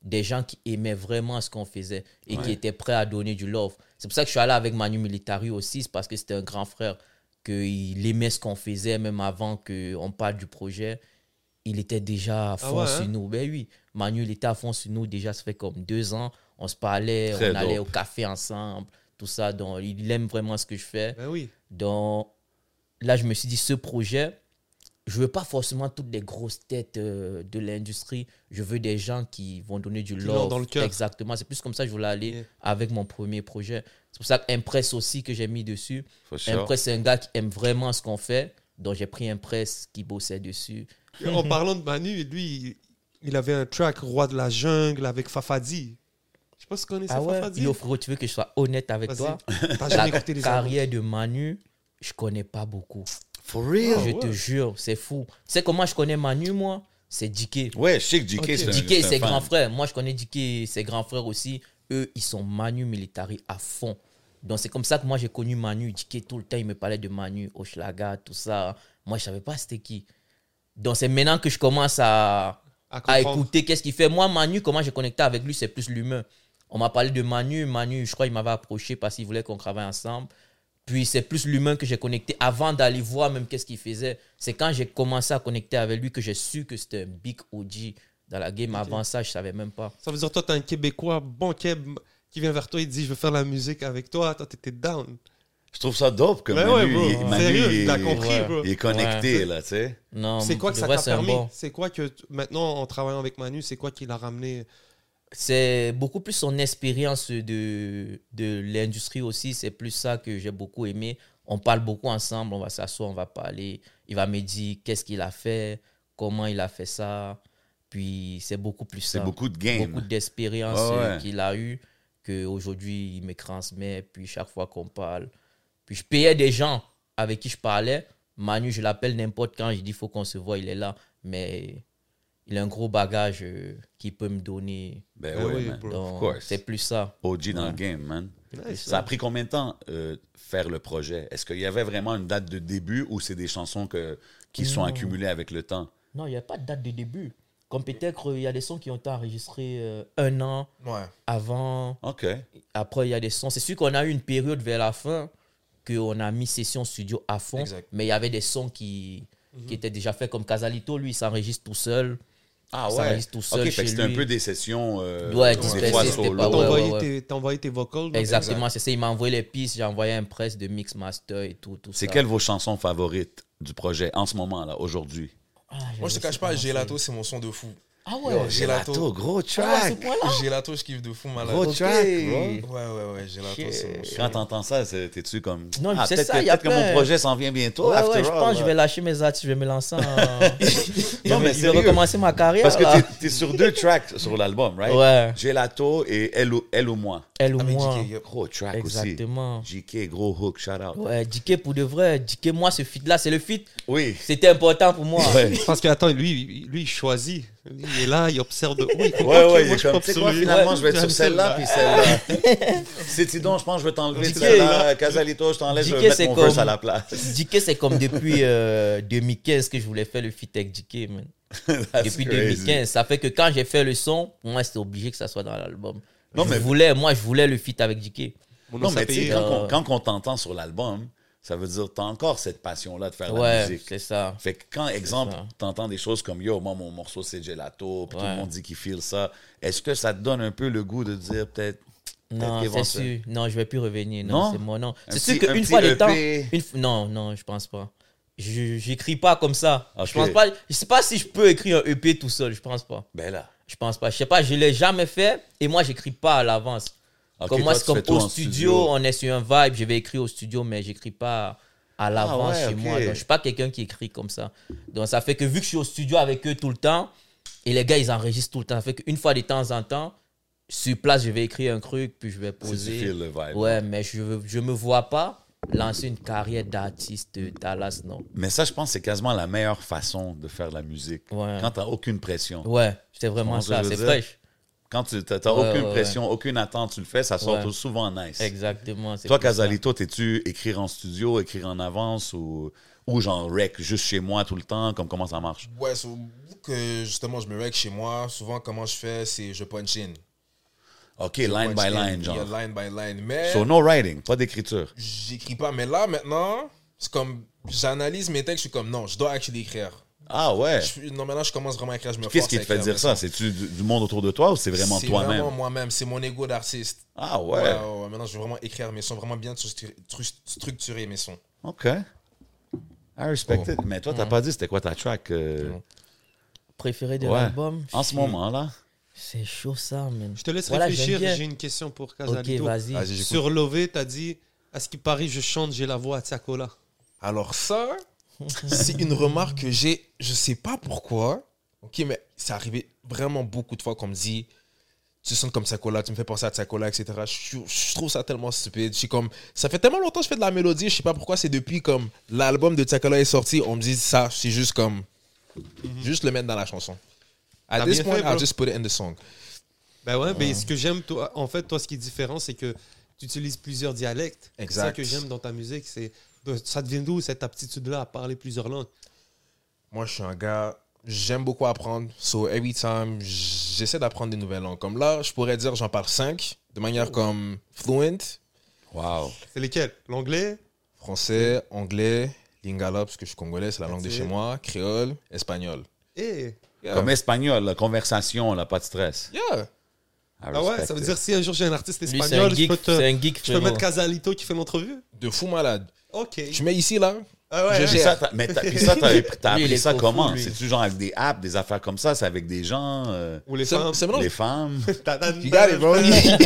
des gens qui aimaient vraiment ce qu'on faisait et qui étaient prêts à donner du love. C'est pour ça que je suis allé avec Manu Militari aussi, c'est parce que c'était un grand frère, qu'il aimait ce qu'on faisait, même avant qu'on parle du projet. Il était déjà à fond sur nous. Ben oui, Manu, il était à fond sur nous déjà, ça fait comme 2 ans. On se parlait, on allait au café ensemble, tout ça. Donc, il aime vraiment ce que je fais. Ben oui. Donc, là, je me suis dit, ce projet, je veux pas forcément toutes les grosses têtes de l'industrie. Je veux des gens qui vont donner du love. Dans le cœur. Exactement. C'est plus comme ça que je voulais aller avec mon premier projet. C'est pour ça qu'Impress aussi que j'ai mis dessus. Impress, c'est un gars qui aime vraiment ce qu'on fait. Donc, j'ai pris Impress qui bossait dessus. En parlant de Manu, lui, il avait un track Roi de la Jungle avec Fafadi. Je sais pas si tu connais ça, Fafadi. Yo, frérot, tu veux que je sois honnête avec toi? T'as jamais écouté les carrière de Manu, je connais pas beaucoup. For real? Je te jure, c'est fou. Tu sais comment je connais Manu, moi? C'est DK. Ouais, je sais que DK, c'est un DK, c'est fan. grand frère. Moi, je connais DK, ses grands frères aussi. Eux, ils sont Manu Militari à fond. Donc, c'est comme ça que moi, j'ai connu Manu. DK, tout le temps, il me parlait de Manu, Hochelaga, tout ça. Moi, je savais pas c'était qui. Donc, c'est maintenant que je commence à écouter qu'est-ce qu'il fait. Moi, Manu, comment j'ai connecté avec lui, c'est plus l'humain. On m'a parlé de Manu. Manu, je crois, il m'avait approché parce qu'il voulait qu'on travaille ensemble. Puis, c'est plus l'humain que j'ai connecté avant d'aller voir même qu'est-ce qu'il faisait. C'est quand j'ai commencé à connecter avec lui que j'ai su que c'était un big OG dans la game. Avant ça, je savais même pas. Ça veut dire, toi, t'as un Québécois, bon Québec, qui vient vers toi et dit, je veux faire la musique avec toi. Toi, t'étais down. Je trouve ça dope que Manu, Sérieux, il a compris, bro. Il est connecté, là, tu sais. Non, c'est quoi que ça t'a permis? C'est quoi que, maintenant, en travaillant avec Manu, c'est quoi qui l'a ramené? C'est beaucoup plus son expérience de l'industrie aussi. C'est plus ça que j'ai beaucoup aimé. On parle beaucoup ensemble, on va s'asseoir, on va parler. Il va me dire qu'est-ce qu'il a fait, comment il a fait ça. Puis c'est beaucoup plus ça. C'est beaucoup de game. Beaucoup d'expérience qu'il a eu qu'aujourd'hui il me transmet. Puis chaque fois qu'on parle. Puis je payais des gens avec qui je parlais. Manu, je l'appelle n'importe quand. Je dis il faut qu'on se voit, il est là. Mais il a un gros bagage qu'il peut me donner. Ben oui, man. Donc, c'est plus ça. OG dans le game, man. Nice, ça a pris combien de temps faire le projet? Est-ce qu'il y avait vraiment une date de début ou c'est des chansons qui sont accumulées avec le temps? Non, il n'y a pas de date de début. Comme peut-être, il y a des sons qui ont été enregistrés 1 an avant. OK. Après, il y a des sons. C'est sûr qu'on a eu une période vers la fin qu'on a mis session studio à fond. Exact. Mais il y avait des sons qui étaient déjà faits. Comme Casalito, lui, il s'enregistre tout seul. Ah il ouais? s'enregistre tout seul OK, chez fait que c'était lui. un peu des sessions dispersées, des fois c'était solo. pas- T'as envoyé tes vocals? Exactement, c'est ça. Il m'a envoyé les pistes. J'ai envoyé un press de mix master et tout ça. C'est quelles vos chansons favorites du projet en ce moment, là, aujourd'hui? Moi, je te cache pas, Gelato, c'est mon son de fou. Ah ouais? Yo, Gelato, gros track! Gelato, je kiffe de fou, malade. Gros track, bro. Ouais, Gelato, c'est mon son. Quand t'entends ça, t'es-tu comme... Non, c'est peut-être ça, il y a que mon projet s'en vient bientôt. Ouais, je pense que je vais lâcher mes artistes, je vais me lancer en... je vais recommencer ma carrière. Parce que là. t'es sur 2 tracks sur l'album, right? Ouais. Gelato et Elle ou Moi. Elle ou Avec moi. JK, yep. Gros track Exactement. aussi. JK, gros hook, shout out. Ouais, DK pour de vrai. DK, moi, ce feat-là, c'est le feat. Oui. C'était important pour moi. Ouais. Parce que, attends, lui, il choisit. Lui, il est là, il observe de haut. Il faut Ouais, il moi, est je comme, pop tu sais sur quoi, lui. finalement, je vais être J'aime sur celle-là, puis celle-là. C'est donc, je pense que je vais t'enlever DK, celle-là. Casalito, je t'enlève, je vais DK, mettre c'est mon verse comme- à la place. DK, c'est comme depuis 2015 que je voulais faire le feat avec DK, man. That's Depuis crazy. 2015. Ça fait que quand j'ai fait le son, pour moi, c'était obligé que ça soit dans l'album. Non, mais- Moi, je voulais le feat avec DK. Non, mais tu sais, payé. quand on t'entend sur l'album, ça veut dire que t'as encore cette passion-là de faire la Ouais, musique. c'est ça. Fait que quand, exemple, ça. t'entends des choses comme Yo, moi, mon morceau, c'est Gelato, puis tout le Ouais. monde dit qu'il feel ça, est-ce que ça te donne un peu le goût de dire peut-être. Non, c'est qu'éventuellement- sûr. Non, je vais plus revenir. Non? Non, c'est moi, non. Un C'est sûr petit- un qu'une petit fois de temps. EP. Non, je pense pas. J'écris pas comme ça. Ok. Je pense pas. Je sais pas si je peux écrire un EP tout seul. Je pense pas. Ben là. Je pense pas. Je sais pas, je l'ai jamais fait et moi, j'écris pas à l'avance. Ok, Comme moi, toi, c'est tu comme fais tout au en studio, on est sur un vibe, je vais écrire au studio, mais j'écris pas à l'avance ouais, chez ok. moi. Donc, je suis pas quelqu'un qui écrit comme ça. Donc, ça fait que vu que je suis au studio avec eux tout le temps, et les gars, ils enregistrent tout le temps, ça fait qu'une fois de temps en temps, sur place, je vais écrire un truc, puis je vais Si tu poser. feel le vibe. Ouais, mais je me vois pas lancer une carrière d'artiste Dallas, non. Mais ça, je pense que c'est quasiment la meilleure façon de faire la musique. Ouais. Quand t'as aucune pression. Ouais, c'est vraiment Tu comprends ce que ça, je veux c'est dire? fraîche. Quand tu n'as Ouais, aucune ouais, pression, aucune attente, tu le fais, ça sort souvent nice. Exactement. c'est Toi, plus ça. Casalito, t'es-tu écrire en studio, écrire en avance ou Ou genre rec juste chez moi tout le temps, comme comment ça marche? Ouais, vu que justement je me règle chez moi, souvent comment je fais, c'est je punch in. OK, Je line punch by in. line, genre. Yeah, line by line. Mais So no writing, pas d'écriture. j'écris pas. Mais là, maintenant, c'est comme, j'analyse mes textes, je suis comme, non, je dois actually écrire. Ah ouais. Non, maintenant, je commence vraiment à écrire, je me Qu'est-ce force qui à te fait écrire, dire ça? C'est-tu du monde autour de toi ou c'est vraiment C'est toi-même? vraiment moi-même, c'est mon ego d'artiste. Ah ouais. Ouais. Maintenant, je veux vraiment écrire mes sons, vraiment bien structurer mes sons. OK. I respect it. Mais toi, t'as pas dit c'était quoi ta track? Préféré de Ouais. l'album? En ce moment, là? C'est chaud ça, man. Je te laisse Voilà, réfléchir. j'aime bien. J'ai une question pour Ok, Casalito. vas-y. Vas-y, j'écoute. Sur Lové, t'as dit, à ce qui paraît, je chante, j'ai la voix à Tsakola. Alors ça, c'est une remarque que j'ai, je sais pas pourquoi, ok, mais c'est arrivé vraiment beaucoup de fois qu'on me dit, tu sonnes comme Tsakola, tu me fais penser à Tsakola, etc. Je trouve ça tellement stupide. Je suis comme, ça fait tellement longtemps que je fais de la mélodie, je sais pas pourquoi c'est depuis comme l'album de Tsakola est sorti, on me dit ça, c'est juste comme, juste le mettre dans la chanson. At T'as this bien point, fait, bro. I'll just put it in the song. Ben ouais, mais ce que j'aime, toi, en fait, toi, ce qui est différent, c'est que tu utilises plusieurs dialectes. C'est ça Exact. que j'aime dans ta musique. Ça devient d'où cette aptitude-là à parler plusieurs langues? Moi, je suis un gars, j'aime beaucoup apprendre. So, every time, j'essaie d'apprendre des nouvelles langues. Comme là, je pourrais dire, j'en parle 5, de manière comme fluent. Wow. C'est lesquels? L'anglais? Français, anglais, lingala, parce que je suis congolais, c'est la langue de That's chez it. moi, créole, espagnol. Eh! Yeah. Comme espagnol, la conversation, là, pas de stress. Yeah. I Ah ouais, respect ça veut it. dire si un jour j'ai un artiste Lui, c'est espagnol, un geek, c'est un geek, je peux frérot. mettre Casalito qui fait l'entrevue? De fou malade. Ok. Tu mets ici, là, Ah ouais, je hein? Puis gère. ça, t'as Lui, il appris est ça trop comment? fou, lui. C'est-tu genre avec des apps, des affaires comme ça? C'est avec des gens, Ou les C'est femmes? c'est maintenant. les femmes? You got it, bro.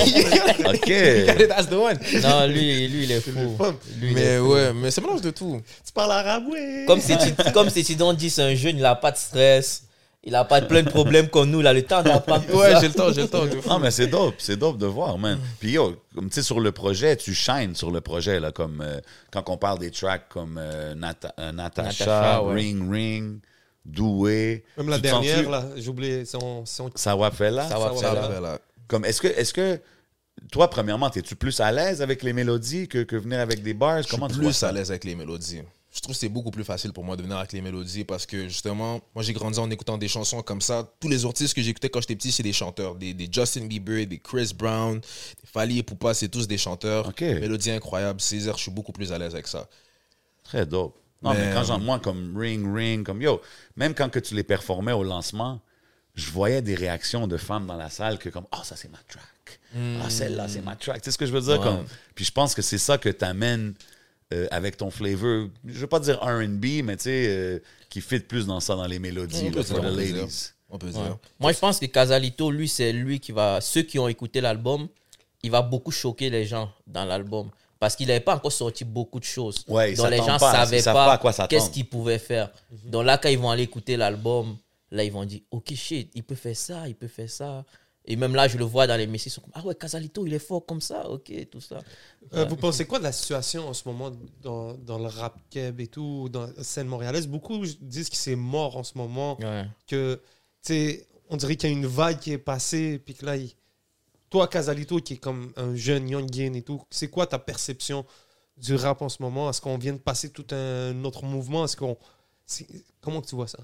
You OK. got it, that's the one. Non, lui, il est fou. Lui, il est Mais fou. ouais, mais c'est mélange de tout. Tu parles arabe, ouais. Comme si tu dis, c'est un jeune, il n'a pas de stress. Il n'a pas plein de problèmes comme nous. Il a le temps d'apprendre tout Ouais, ça. j'ai le temps, de fou. Non, mais c'est dope de voir, man. Puis yo, comme tu sais, sur le projet, tu shines sur le projet, là, comme quand on parle des tracks comme Natasha, Natasha, ouais. Ring Ring, Doué. Même la Tu te sens-tu- dernière, là, j'ai oublié son... Sawa Fela. Ça va Ça faire va, là. Ouais, là. Comme, est-ce que toi, premièrement, es-tu plus à l'aise avec les mélodies que venir avec des bars? Je Comment suis tu vois plus ça? à l'aise avec les mélodies. Je trouve que c'est beaucoup plus facile pour moi de venir avec les mélodies parce que justement, moi j'ai grandi en écoutant des chansons comme ça. Tous les artistes que j'écoutais quand j'étais petit, c'est des chanteurs. Des Justin Bieber, des Chris Brown, des Fally Ipupa, c'est tous des chanteurs. Ok. Mélodie incroyable. Césaire, je suis beaucoup plus à l'aise avec ça. Très dope. Non, mais Mais, quand moi, comme Ring, comme yo, même quand que tu les performais au lancement, je voyais des réactions de femmes dans la salle que comme, ah, ça c'est ma track. Ah, celle-là, c'est ma track. Tu sais ce que je veux dire? Ouais. Comme, puis je pense que c'est ça que t'amènes avec ton flavor. Je veux pas dire R&B, mais tu sais, qui fit plus dans ça, dans les mélodies, là, for the ladies. On peut Ouais. dire. Moi, je pense que Casalito, lui, c'est lui qui va. Ceux qui ont écouté l'album, il va beaucoup choquer les gens dans l'album. Parce qu'il n'avait pas encore sorti beaucoup de choses. Ouais, ils donc les gens s'attendent pas, savaient ils savent pas à quoi pas s'attendre. qu'est-ce qu'il pouvait faire. Donc là, quand ils vont aller écouter l'album, là, ils vont dire, OK, shit, il peut faire ça, il peut faire ça. Et même là, je le vois dans les messages, ils sont comme, ah ouais, Casalito, il est fort comme ça, OK, tout ça. Vous pensez quoi de la situation en ce moment dans le rap keb et tout, dans la scène montréalaise? Beaucoup disent que c'est mort en ce moment, Ouais. que, tu sais, on dirait qu'il y a une vague qui est passée, puis que là, toi, Casalito, qui est comme un jeune youngin et tout, c'est quoi ta perception du rap en ce moment? Est-ce qu'on vient de passer tout un autre mouvement? Comment que tu vois ça?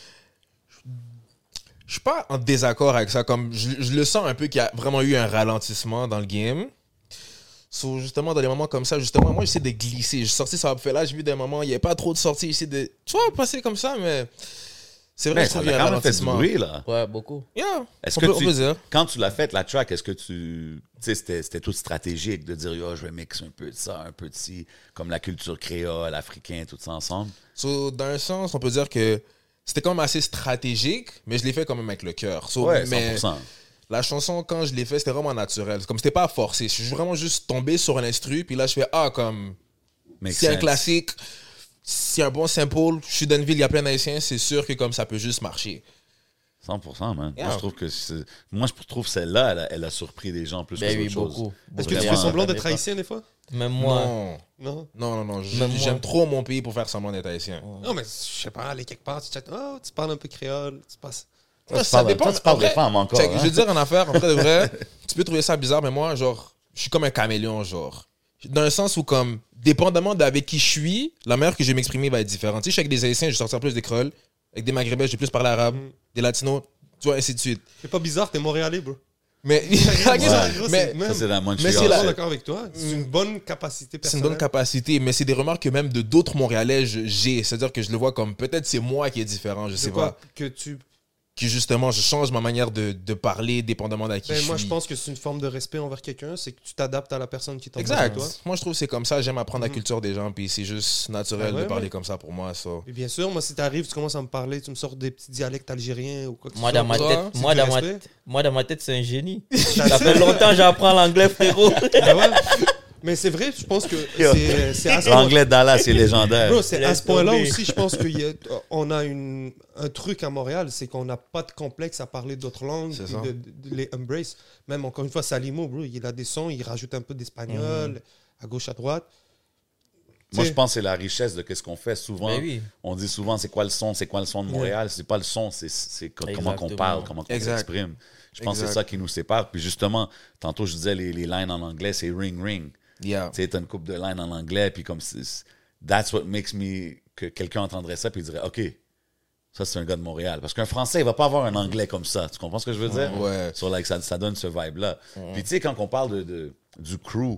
Je suis pas en désaccord avec ça. Comme je le sens un peu qu'il y a vraiment eu un ralentissement dans le game. So, justement, dans les moments comme ça, justement, moi, j'essaie de glisser. J'ai sorti ça fait là, j'ai vu des moments, il n'y avait pas trop de sorties. J'essaie de, tu vois, passer comme ça, mais c'est vrai Mais que je ça trouve qu'il y a a un quand même fait du ralentissement. bruit, là. Ouais, beaucoup. Yeah. Est-ce On que peut- on peut dire. quand tu l'as fait, la track, est-ce que tu sais, c'était tout stratégique de dire, yo, je vais mixer un peu de ça, un peu de ci, comme la culture créole, africaine, tout ça ensemble? So, dans un sens, on peut dire que c'était quand même assez stratégique, mais je l'ai fait quand même avec le cœur. So, Ouais, mais 100%. la chanson, quand je l'ai fait, c'était vraiment naturel. Comme c'était pas forcé. Je suis vraiment juste tombé sur un instru, puis là, je fais, comme Make c'est un sense. classique, c'est un bon sample, je suis dans une ville, il y a plein d'Haïtiens, c'est sûr que comme ça peut juste marcher. 100%, man. Yeah. Moi, je trouve celle-là, elle a surpris des gens plus Ben que oui, d'autres choses. beaucoup. Est-ce que tu Vraiment, fais semblant ça d'être dépend. haïtien des fois? Même moi. Non, Non? non. Même moi. J'aime trop mon pays pour faire semblant d'être haïtien. Non, mais je sais pas, aller quelque part, tu parles un peu créole, tu passes. Toi, tu parles En des vrai, femmes encore. check, hein? je veux dire en affaire, en vrai de vrai, tu peux trouver ça bizarre, mais moi, genre, je suis comme un caméléon, genre. Dans le sens où, comme, dépendamment d'avec qui je suis, la manière que je vais m'exprimer va être différente. Tu sais, je suis avec des Haïtiens, je vais sortir plus des crolls. Avec des Maghrébins, je vais plus parler arabe. Des Latinos, tu vois, ainsi de suite. C'est pas bizarre, t'es Montréalais, bro. Mais, Mais Ça, c'est la Mais je c'est suis la- d'accord avec toi. C'est une bonne capacité c'est une personnelle. bonne capacité, mais c'est des remarques que même de d'autres Montréalais, j'ai. C'est-à-dire que je le vois comme, peut-être c'est moi qui est différent, je De sais quoi pas. que tu... Que justement, je change ma manière de parler dépendamment d'à qui je suis. Moi, je pense que c'est une forme de respect envers quelqu'un, c'est que tu t'adaptes à la personne qui t'envoie Exact. toi. Moi, je trouve que c'est comme ça. J'aime apprendre la culture des gens, puis c'est juste naturel Ah ouais, de parler ouais. comme ça pour moi. Ça. Et bien sûr, moi, si t'arrives, tu commences à me parler, tu me sors des petits dialectes algériens ou quoi que ce Moi, soit. dans ma toi, tête, c'est moi, du dans ma, respect. moi, dans ma tête, c'est un génie. Ça fait longtemps que j'apprends l'anglais, frérot. Ah ouais? Mais c'est vrai, je pense que c'est à ce point- L'anglais de Dallas, c'est légendaire. Bro, c'est à Laisse ce point-là tomber. aussi, je pense qu'on a un truc à Montréal, c'est qu'on n'a pas de complexe à parler d'autres langues, C'est puis ça. de les embrace. Même encore une fois, Salimo, bro, il a des sons, il rajoute un peu d'espagnol, à gauche, à droite. Moi, Tu sais, je pense que c'est la richesse de ce qu'on fait. Souvent, Mais oui. on dit souvent c'est quoi le son de Montréal. C'est pas le son, c'est comment qu'on Exactement. parle, comment qu'on Exact. s'exprime. Je pense que c'est Exact. ça qui nous sépare. Puis justement, tantôt, je disais les lines en anglais, c'est ring, ring. Yeah. Tu sais, t'as une couple de lines en anglais, puis comme that's what makes me, que quelqu'un entendrait ça, puis il dirait, OK, ça, c'est un gars de Montréal. Parce qu'un Français, il va pas avoir un anglais comme ça. Tu comprends ce que je veux dire? Ouais. Sur, like, ça donne ce vibe-là. Puis tu sais, quand on parle du crew,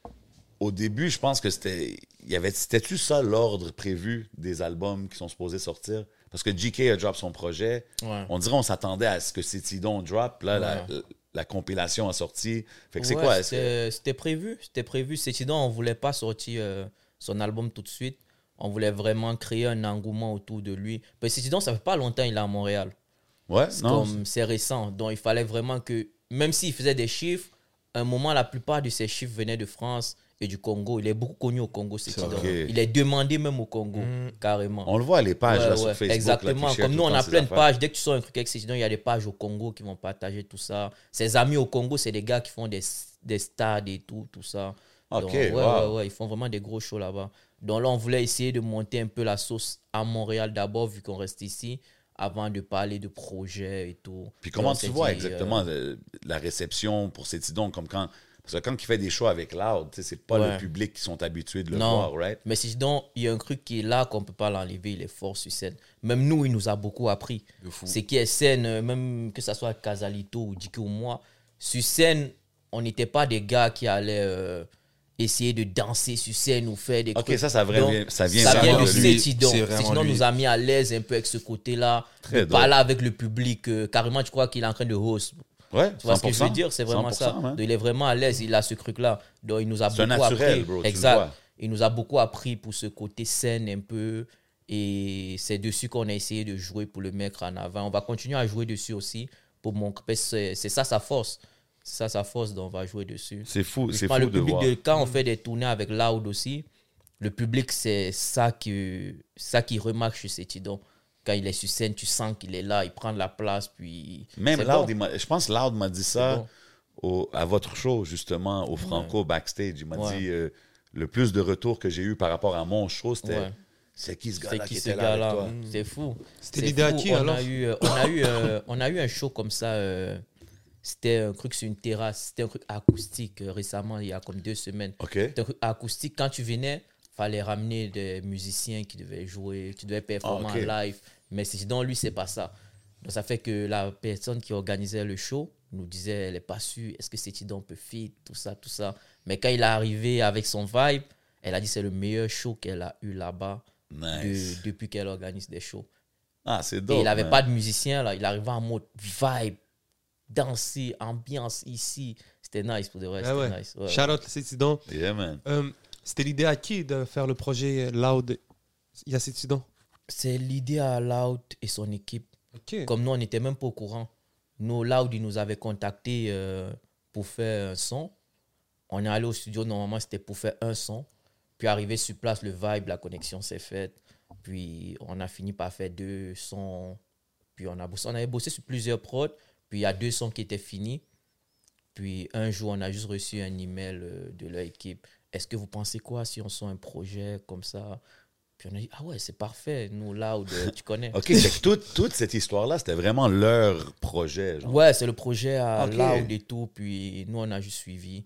au début, je pense que c'était-tu ça l'ordre prévu des albums qui sont supposés sortir? Parce que GK a drop son projet. Ouais. On dirait qu'on s'attendait à ce que c'est Tidon drop. Là, Ouais. la compilation a sorti. Fait que c'est Ouais, quoi? Est-ce que- C'était prévu. C'était prévu. C'est sinon, on voulait pas sortir son album tout de suite. On voulait vraiment créer un engouement autour de lui. Parce que sinon, ça fait pas longtemps qu'il est à Montréal. Ouais, non. C'est récent. Donc, il fallait vraiment que, même s'il faisait des chiffres, à un moment, la plupart de ses chiffres venaient de France et du Congo. Il est beaucoup connu au Congo, c'est vrai. Tidon. Ok. Il est demandé même au Congo, carrément. On le voit, les pages Ouais, là, sur ouais, Facebook. là, exactement. qui share Comme tout nous, le on temps a ces plein de affaires. pages. Dès que tu sors un truc avec Tidon, il y a des pages au Congo qui vont partager tout ça. Ses amis au Congo, c'est des gars qui font des stades et tout ça. Ok, Donc, ouais, wow. ouais, ils font vraiment des gros shows là-bas. Donc là, on voulait essayer de monter un peu la sauce à Montréal d'abord, vu qu'on reste ici, avant de parler de projets et tout. Puis comment Donc, tu on s'est vois dit, exactement la réception pour ces Tidons, comme quand... Parce que quand il fait des shows avec Loud, tu sais, c'est pas Ouais. le public qui sont habitués de le Non. voir, right? Mais sinon, il y a un truc qui est là qu'on ne peut pas l'enlever, il est fort sur scène. Même nous, il nous a beaucoup appris. De fou. C'est qui est scène, même que ce soit Casalito ou Dike ou moi, sur scène, on n'était pas des gars qui allaient essayer de danser sur scène ou faire des Ok, trucs. ça Donc, vient ça vraiment vient de de lui. Cétidon. C'est vraiment Cétidon lui. nous a mis à l'aise un peu avec ce côté-là, Très de dope. parler avec le public. Carrément, tu crois qu'il est en train de host. Ouais, Tu vois ce que je veux 100%, dire? C'est vraiment 100%, ça. hein. Donc, il est vraiment à l'aise, il a ce truc-là. Donc, il nous a C'est un beaucoup naturel, appris. bro, tu le Exact. vois. Il nous a beaucoup appris pour ce côté scène un peu. Et c'est dessus qu'on a essayé de jouer pour le mettre en avant. On va continuer à jouer dessus aussi. Pour montrer, c'est ça sa force. C'est ça sa force, donc on va jouer dessus. C'est fou, Je c'est prends fou le de public voir. quand on fait des tournées avec Loud aussi, le public, c'est ça qui remarque chez Cétidon. Quand il est sur scène, tu sens qu'il est là, il prend de la place, puis... Même c'est Loud, bon. je pense que Loud m'a dit ça bon. à votre show, justement, au Franco backstage. Il m'a Ouais. dit le plus de retours que j'ai eu par rapport à mon show, c'était Ouais. c'est qui ce C'est gars-là qui qui ce était là avec gars-là? toi? C'est fou. C'était C'est l'idée à fou. qui, on alors? On a eu un show comme ça. C'était un truc sur une terrasse. C'était un truc acoustique récemment, il y a comme 2 semaines. OK. C'était un truc acoustique. Quand tu venais, il fallait ramener des musiciens qui devaient jouer, tu devais performer Ah, ok. en live. Mais sinon, lui, c'est pas ça. Donc, ça fait que la personne qui organisait le show nous disait, elle n'est pas sûre, est-ce que Cétidon peut fit, tout ça, tout ça. Mais quand il est arrivé avec son vibe, elle a dit que c'est le meilleur show qu'elle a eu là-bas Nice. depuis qu'elle organise des shows. Ah, c'est dope. Et il n'avait man. pas de musicien, là. Il arrivait en mode vibe, danser, ambiance ici. C'était nice pour de vrai. Ah C'était ouais. nice. Ouais. Shout out, Cétidon. Yeah, man. C'était l'idée à qui de faire le projet Loud? Il y a Cétidon. C'est l'idée à Loud et son équipe. Ok. Comme nous, on n'était même pas au courant. Nous, Loud, il nous avait contacté pour faire un son. On est allé au studio, normalement, c'était pour faire un son. Puis, arrivé sur place, le vibe, la connexion s'est faite. Puis, on a fini par faire 2 sons. Puis, on avait bossé sur plusieurs prods. Puis, il y a 2 sons qui étaient finis. Puis, un jour, on a juste reçu un email de leur équipe. Est-ce que vous pensez quoi si on sort un projet comme ça? Puis, on a dit, ah ouais, c'est parfait. Nous, Loud, tu connais. OK, c'est que toute cette histoire-là, c'était vraiment leur projet. Genre. Ouais, c'est le projet à Ok. Loud et tout. Puis nous, on a juste suivi.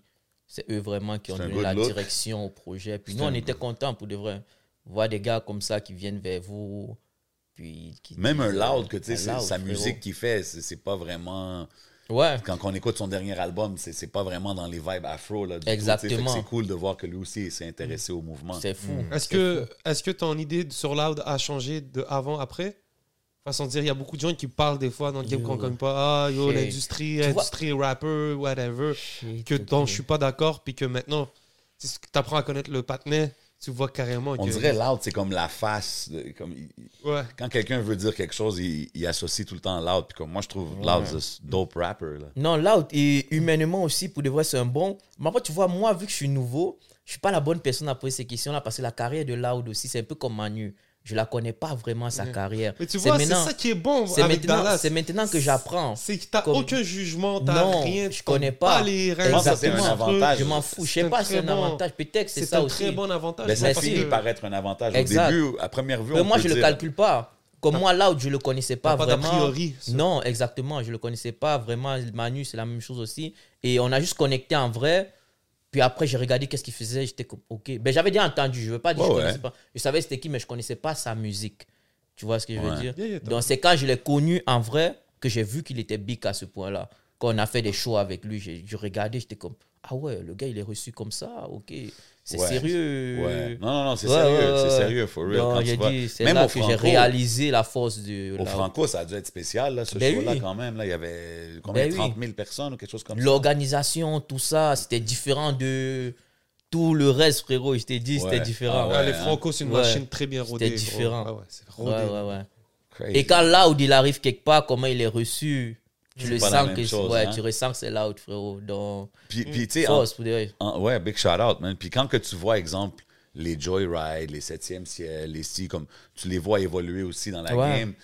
C'est eux vraiment qui ont C'est un donné good la look. direction au projet. Puis C'est nous, on un était good- contents pour de vrai. Voir des gars comme ça qui viennent vers vous. Puis Même un Loud, que tu sais, Un c'est Loud, sa frérot. musique qu'il fait, c'est pas vraiment. Ouais. Quand on écoute son dernier album, c'est pas vraiment dans les vibes afro. Là, du tout, Exactement. tu sais. Fait que c'est cool de voir que lui aussi il s'est intéressé au mouvement. C'est fou. Est-ce que ton idée sur Loud a changé de avant, après? Façon de dire, il y a beaucoup de gens qui parlent des fois dans le game qu'on connaît pas. Ah, yo, Shit. l'industrie rapper, whatever. Que dont je suis pas d'accord, puis que maintenant, tu apprends à connaître le patinet, tu vois carrément que. On dirait Loud, c'est comme la face. Ouais. Quand quelqu'un veut dire quelque chose, il associe tout le temps Loud. Puis comme moi, je trouve Loud, c'est un dope rapper. Là. Non, Loud, et humainement aussi, pour de vrai, c'est un bon. Mais après, tu vois, moi, vu que je suis nouveau, je suis pas la bonne personne à poser ces questions-là parce que la carrière de Loud aussi, c'est un peu comme Manu. Je la connais pas vraiment, sa carrière. Mais tu vois, c'est ça qui est bon avec Dallas. C'est maintenant que j'apprends. C'est que t'as Comme- aucun jugement, t'as Non, rien. je connais pas. Les Je pense que c'est un Exactement. avantage. Je m'en fous. Je sais pas si c'est un avantage. Peut-être que c'est ça un aussi. très bon avantage. Ben, ça Merci. finit par être un avantage. Exact. Au début, à première vue, Mais on moi, peut je le dire- calcule pas. Comme moi, Loud, je le connaissais pas T'as pas d'a vraiment. priori, ça. Non, exactement. Je le connaissais pas vraiment. Manu, c'est la même chose aussi. Et on a juste connecté en vrai. Puis après, j'ai regardé qu'est-ce qu'il faisait. J'étais comme, OK. Ben, j'avais déjà entendu. Je veux pas dire que je connaissais pas. Je savais c'était qui, mais je connaissais pas sa musique. Tu vois ce que je veux dire? Donc, c'est quand je l'ai connu en vrai que j'ai vu qu'il était big à ce point-là. Quand on a fait des shows avec lui, je regardais, j'étais comme, ah ouais, le gars, il est reçu comme ça. OK. C'est Ouais. sérieux. Ouais. Non, c'est Ouais, sérieux. ouais, C'est ouais. sérieux, for real. Donc, Quand tu j'ai vois- dit, c'est Même là au que j'ai Franco- réalisé la force de Au la- Franco, ça a dû être spécial, là, ce Ben show-là, oui. quand même. Là, il y avait combien, Ben oui. 30 000 personnes ou quelque chose comme ça. L'organisation, tout ça, c'était différent de tout le reste, frérot. Je t'ai dit, c'était Ouais. différent. Ah ouais. les Franco, c'est une Ouais. machine très bien rodée. C'était différent. gros. Ah ouais, c'est Ouais, rodé. ouais. Crazy. Et quand Loud, il arrive quelque part, comment il est reçu, tu C'est le pas la sens même que chose, ouais, hein. tu ressens que c'est Loud, frérot. Donc, Puis tu sais, force, pour de vrai. ouais, big shout out, man. Puis quand que tu vois, exemple, les Joyride, les 7e ciel, les si, comme tu les vois évoluer aussi dans la Ouais. game.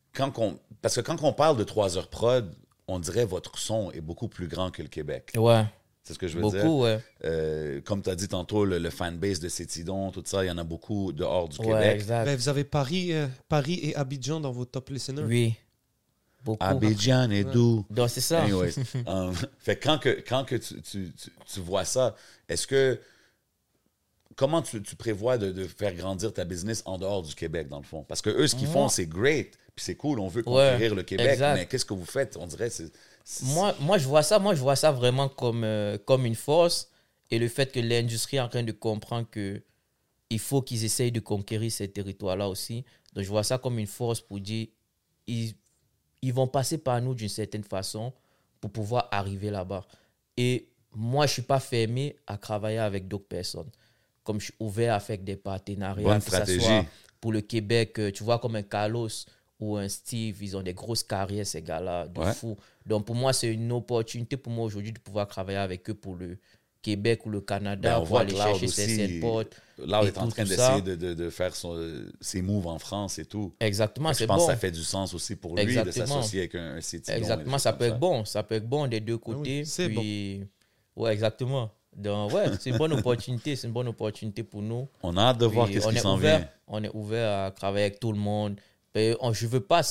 Parce que quand on parle de 3 heures prod, on dirait votre son est beaucoup plus grand que le Québec. Ouais, C'est ce que je veux dire. beaucoup, ouais. Comme tu as dit tantôt, le fanbase de Cétidon, tout ça, il y en a beaucoup dehors du Ouais, Québec. exact. Ben, vous avez Paris et Abidjan dans vos top listeners. Oui, beaucoup. Abidjan et doux. Donc, c'est ça. Anyways, fait que quand que tu vois ça, est-ce que comment tu prévois de faire grandir ta business en dehors du Québec, dans le fond? Parce que eux, ce qu'ils font, c'est great, puis c'est cool, on veut conquérir le Québec, exact. mais qu'est-ce que vous faites? On dirait Moi, je vois ça vraiment comme une force. Et le fait que l'industrie est en train de comprendre que il faut qu'ils essayent de conquérir ces territoires-là aussi. Donc, je vois ça comme une force pour dire ils vont passer par nous d'une certaine façon pour pouvoir arriver là-bas. Et moi, je ne suis pas fermé à travailler avec d'autres personnes. Comme je suis ouvert à faire des partenariats, Bonne que ce stratégie. soit pour le Québec, tu vois, comme un Carlos ou un Steve, ils ont des grosses carrières, ces gars-là, de Ouais. fou. Donc, pour moi, c'est une opportunité pour moi aujourd'hui de pouvoir travailler avec eux pour le Québec ou le Canada, Ben, on pour voit aller que Loud chercher aussi, ces potes. Loud et est en tout train ça. d'essayer de faire ses moves en France et tout. Exactement, Je c'est pense bon. que ça fait du sens aussi pour lui de Exactement. s'associer avec un Cétidon. Exactement, ça peut être bon. Ça peut être bon des deux côtés. oui, c'est puis... Ouais, exactement. Donc, ouais, c'est une bonne opportunité. C'est une bonne opportunité pour nous. On a hâte de voir Puis qu'est-ce on qui est s'en ouvert. vient. On est ouvert à travailler avec tout le monde. Et je veux pas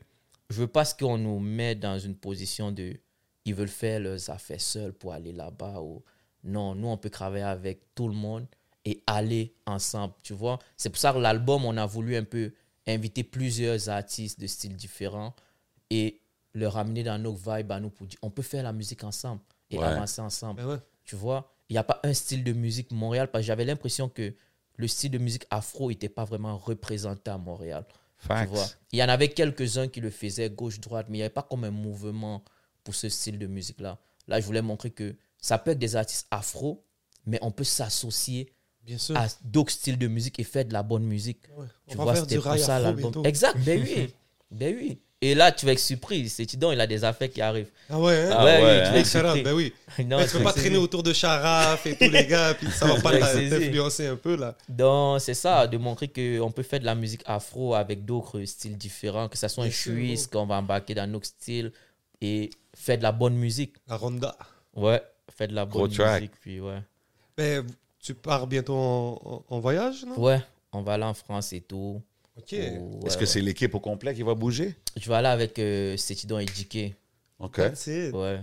qu'on nous met dans une position de ils veulent faire leurs affaires seuls pour aller là-bas. Ou... Non, nous, on peut travailler avec tout le monde et aller ensemble, tu vois. C'est pour ça que l'album, on a voulu un peu inviter plusieurs artistes de styles différents et leur ramener dans nos vibes à nous pour dire on peut faire la musique ensemble et Ouais. avancer ensemble. Ben ouais. Tu vois, il n'y a pas un style de musique Montréal parce que j'avais l'impression que le style de musique afro n'était pas vraiment représenté à Montréal. Tu Facts. vois, il y en avait quelques-uns qui le faisaient gauche-droite, mais il n'y avait pas comme un mouvement pour ce style de musique-là. Là, je voulais montrer que ça peut être des artistes afro, mais on peut s'associer Bien sûr. à d'autres styles de musique et faire de la bonne musique. Ouais. Tu On va vois, faire c'était du pour rail ça afro l'album. bientôt. Exact, ben oui. Ben oui. Et là, tu vas être surpris. C'est Tidon, il a des affaires qui arrivent. Ah ouais, hein? Ah ouais, ouais, oui, tu hein? vas être Shout out, surpris. ben oui. Non, Ben, tu peux pas traîner autour de Charaf et tous les gars, puis ça va pas Ouais, t'influencer un peu, là. Donc, c'est ça, de montrer qu'on peut faire de la musique afro avec d'autres styles différents, que ce soit un Bien sûr, suisse qu'on va embarquer dans notre style et faire de la bonne musique. La Ronda. Ouais, faire de la Gros bonne track. musique. Puis ouais. Ben, tu pars bientôt en voyage, non? Ouais, on va aller en France et tout. Ok. Est-ce que c'est l'équipe au complet qui va bouger? Je vais aller avec Cétidon et Dike. OK. That's it. Ouais.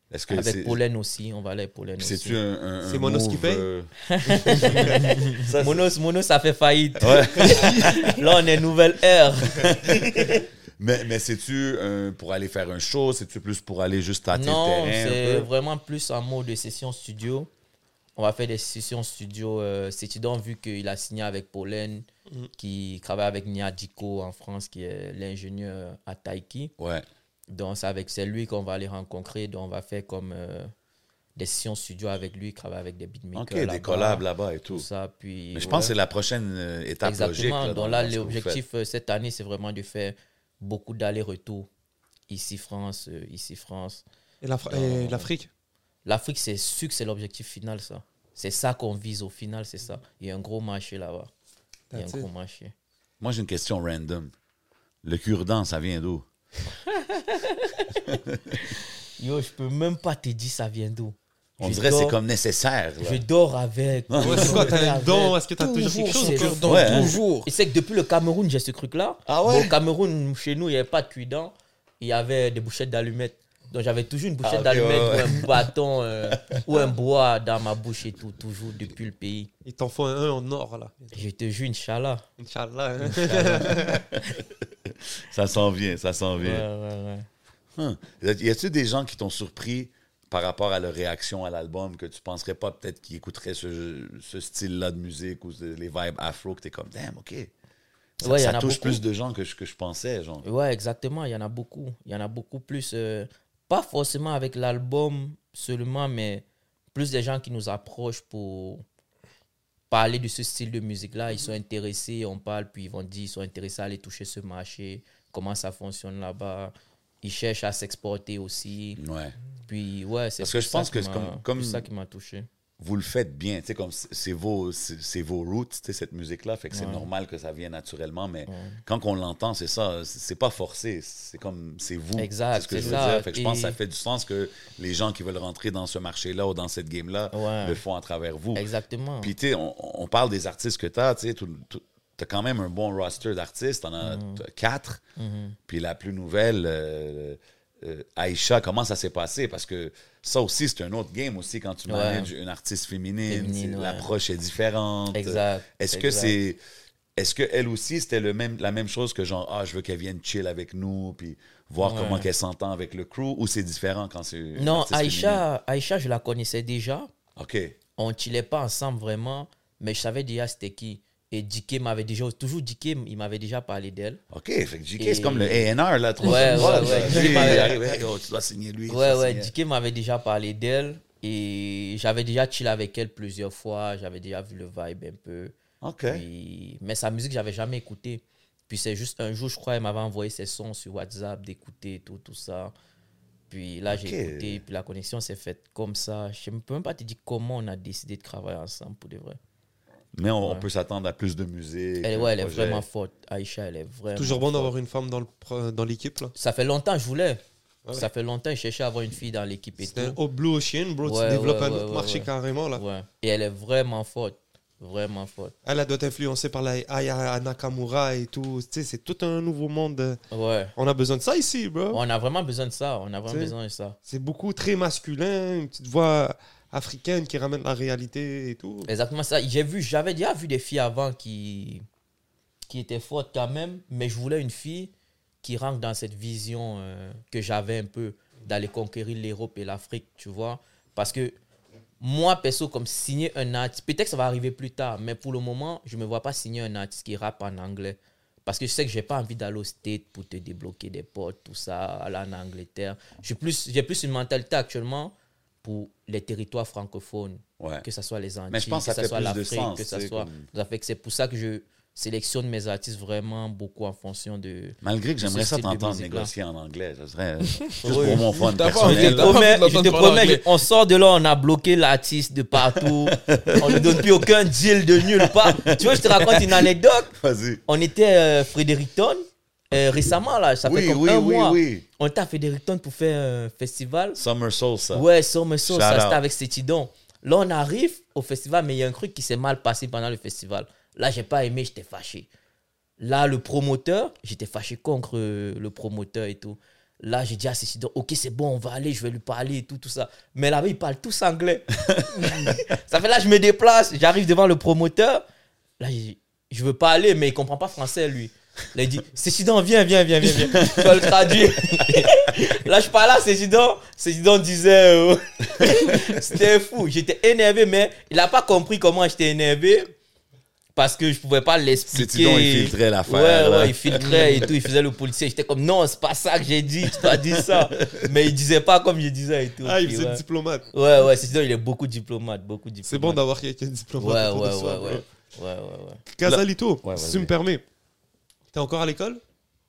Est-ce que Avec Pollen aussi, on va aller avec Pollen aussi. c'est-tu un C'est Monos qui move, paye? ça, Monos, ça fait faillite. Ouais. Là, on est nouvelle ère. Mais c'est-tu pour aller faire un show? C'est-tu plus pour aller juste tâter Non, le terrain? c'est un peu? vraiment plus en mode de session studio. On va faire des sessions studio. Cétidon, vu qu'il a signé avec Pollen, qui travaille avec Nia Diko en France, qui est l'ingénieur à Taiki. Ouais. Donc, c'est lui qu'on va aller rencontrer. Donc, on va faire comme des sessions studio avec lui, travailler avec des beatmakers. OK, là-bas, des collabs là-bas et tout tout. ça. Puis, Mais je pense que c'est la prochaine étape logique. exactement. Là, Donc là, dans ce que vous l'objectif cette année, c'est vraiment de faire beaucoup d'allers-retours. Ici, France, Et l'Afrique? L'Afrique, c'est sûr que c'est l'objectif final, ça. C'est ça qu'on vise au final, c'est ça. Il y a un gros marché là-bas. Il y a un That's it. gros marché. Moi, j'ai une question random. Le cure-dent, ça vient d'où? Yo, je peux même pas te dire ça vient d'où. On Je dirait que c'est dors- comme nécessaire. Là. Je dors avec. Ouais, c'est quoi, t'as un Avec. don? Est-ce que t'as toujours quelque chose? c'est ou quoi? le Ouais, hein. Toujours. Et c'est que depuis le Cameroun, j'ai ce truc-là. Ah ouais? Au Cameroun, chez nous, il n'y avait pas de cuidant. Il y avait des bouchettes d'allumettes. Donc j'avais toujours une bouchette Ah, ok, d'allumettes ouais, ouais. ou un bâton ou un bois dans ma bouche et tout, toujours depuis le pays. Il t'en faut un en or, là. Je te jure, Inch'Allah. Inch'Allah. hein. Ça s'en vient, ça s'en Ouais, vient. ouais, ouais. Y a-t-il des gens qui t'ont surpris par rapport à leur réaction à l'album que tu penserais pas peut-être qu'ils écouteraient ce style-là de musique ou les vibes afro que t'es comme, damn, OK. Ça, Ouais, y ça en a touche beaucoup. plus de gens que je pensais, genre. Ouais, exactement. Il y en a beaucoup. Il y en a beaucoup plus. Pas forcément avec l'album seulement, mais plus des gens qui nous approchent pour parler de ce style de musique-là. Ils sont intéressés, on parle, puis ils vont dire ils sont intéressés à aller toucher ce marché, comment ça fonctionne là-bas. Ils cherchent à s'exporter aussi. Ouais. Puis, ouais, c'est Parce que je pense que c'est comme- ça qui m'a touché. Vous le faites bien, tu sais, comme c'est vos roots, tu sais, cette musique-là, fait que c'est Ouais. normal que ça vienne naturellement, mais Ouais. quand on l'entend, c'est ça, c'est pas forcé, c'est comme, c'est vous. Exact, C'est ce que c'est je veux ça. dire. Fait que je pense que ça Et- fait du sens que les gens qui veulent rentrer dans ce marché-là ou dans cette game-là Ouais. le font à travers vous. Exactement. Puis, tu sais, on parle des artistes que tu as, tu sais, t'as quand même un bon roster d'artistes, t'en as t'as 4, puis la plus nouvelle, Aïcha, comment ça s'est passé? Parce que ça aussi, c'est un autre game aussi quand tu Ouais. manages une artiste féminine. Féminine, ouais. L'approche est différente. Exact. Est-ce que elle aussi, c'était la même chose que genre, je veux qu'elle vienne chill avec nous, puis voir Ouais. comment qu'elle s'entend avec le crew, ou c'est différent quand c'est une Non, artiste féminine? Aïcha, je la connaissais déjà. OK. On ne chillait pas ensemble vraiment, mais je savais déjà c'était qui. Et Dike m'avait déjà, toujours Dike, il m'avait déjà parlé d'elle. OK, fait que JK, Et- c'est comme le A&R, là. trop Ouais, sympa, ouais, là. ouais. Lui, il Ouais. arrive, hey, yo, tu dois signer lui. tu Ouais, dois ouais, signer. Dike m'avait déjà parlé d'elle. Et j'avais déjà chillé avec elle plusieurs fois. J'avais déjà vu le vibe un peu. OK. Mais sa musique, j'avais jamais écouté. Puis c'est juste un jour, je crois, elle m'avait envoyé ses sons sur WhatsApp, d'écouter tout ça. Puis là, j'ai Ok. écouté, puis la connexion s'est faite comme ça. Je ne peux même pas te dire comment on a décidé de travailler ensemble pour de vrai. Mais on Ouais. peut s'attendre à plus de musique. Elle, un ouais, elle est projet. vraiment forte. Aïcha, elle est vraiment Toujours bon forte. d'avoir une femme dans l'équipe, là. Ça fait longtemps que je voulais. Ouais. Ça fait longtemps que je cherchais à avoir une fille dans l'équipe et C'est un tout. Hot Blue Ocean, bro. Ouais, tu développes ouais, un ouais, autre ouais, marché ouais. carrément, là. Ouais. Et elle est vraiment forte. Vraiment forte. Elle doit être influencée par la Aya Nakamura et tout. Tu sais, c'est tout un nouveau monde. Ouais. On a besoin de ça ici, bro. On a vraiment besoin de ça. On a vraiment Tu sais. besoin de ça. C'est beaucoup très masculin, une petite voix africaine qui ramène la réalité et tout. Exactement ça. J'avais déjà vu des filles avant qui étaient fortes quand même, mais je voulais une fille qui rentre dans cette vision que j'avais un peu d'aller conquérir l'Europe et l'Afrique, tu vois. Parce que moi, perso, comme signer un artiste, peut-être que ça va arriver plus tard, mais pour le moment, je ne me vois pas signer un artiste qui rappe en anglais. Parce que je sais que je n'ai pas envie d'aller au State pour te débloquer des potes, tout ça, aller en Angleterre. J'ai plus une mentalité actuellement pour les territoires francophones. Ouais. Que ce soit les Antilles, Mais je pense que que ça ce fait soit plus de l'Afrique, sens, que ce tu sais, soit... comme- Ça fait que c'est pour ça que je sélectionne mes artistes vraiment beaucoup en fonction de... Malgré que j'aimerais ce ça style de t'entendre musique-là. négocier en anglais. Ça serait juste pour mon fun T'as pas personnel. envie, Je te t'as pas promets, envie de je te l'entendre parler promets, anglais. on sort de là, on a bloqué l'artiste de partout. On ne donne plus aucun deal de nulle part. Tu vois, je te raconte une anecdote. Vas-y. On était Fredericton récemment, là, ça fait Oui, comme oui, un oui, mois. oui. On était à Fredericton pour faire un festival. Summer Soul, ça. Ouais, Summer Soul, Shout ça out. c'était avec Cétidon. Là, on arrive au festival, mais il y a un truc qui s'est mal passé pendant le festival. Là, j'ai pas aimé, j'étais fâché. Là, le promoteur, j'étais fâché contre le promoteur et tout. Là, j'ai dit à Cécidon, ok, c'est bon, on va aller, je vais lui parler et tout ça. Mais là-bas, ils parlent tous anglais. Ça fait là, je me déplace, j'arrive devant le promoteur. Là, je veux pas aller, mais il comprend pas français, lui. Là, il dit, Cécidon, viens. Je vais le traduire. Là, je parlais à Cécidon. Cécidon disait, c'était fou. J'étais énervé, mais il a pas compris comment j'étais énervé. Parce que je pouvais pas l'expliquer. Cécidon, il filtrait l'affaire. Ouais, il filtrait et tout. Il faisait le policier. J'étais comme, non, c'est pas ça que j'ai dit. Tu dois dire ça. Mais il disait pas comme je disais et tout. Ah, il Puis, faisait ouais. diplomate. Ouais, Cécidon, il est beaucoup diplomate. C'est bon d'avoir quelqu'un de diplomate. autour de soi, bro. Ouais. Casalito, Ouais, si vas-y. tu me permets. T'es encore à l'école?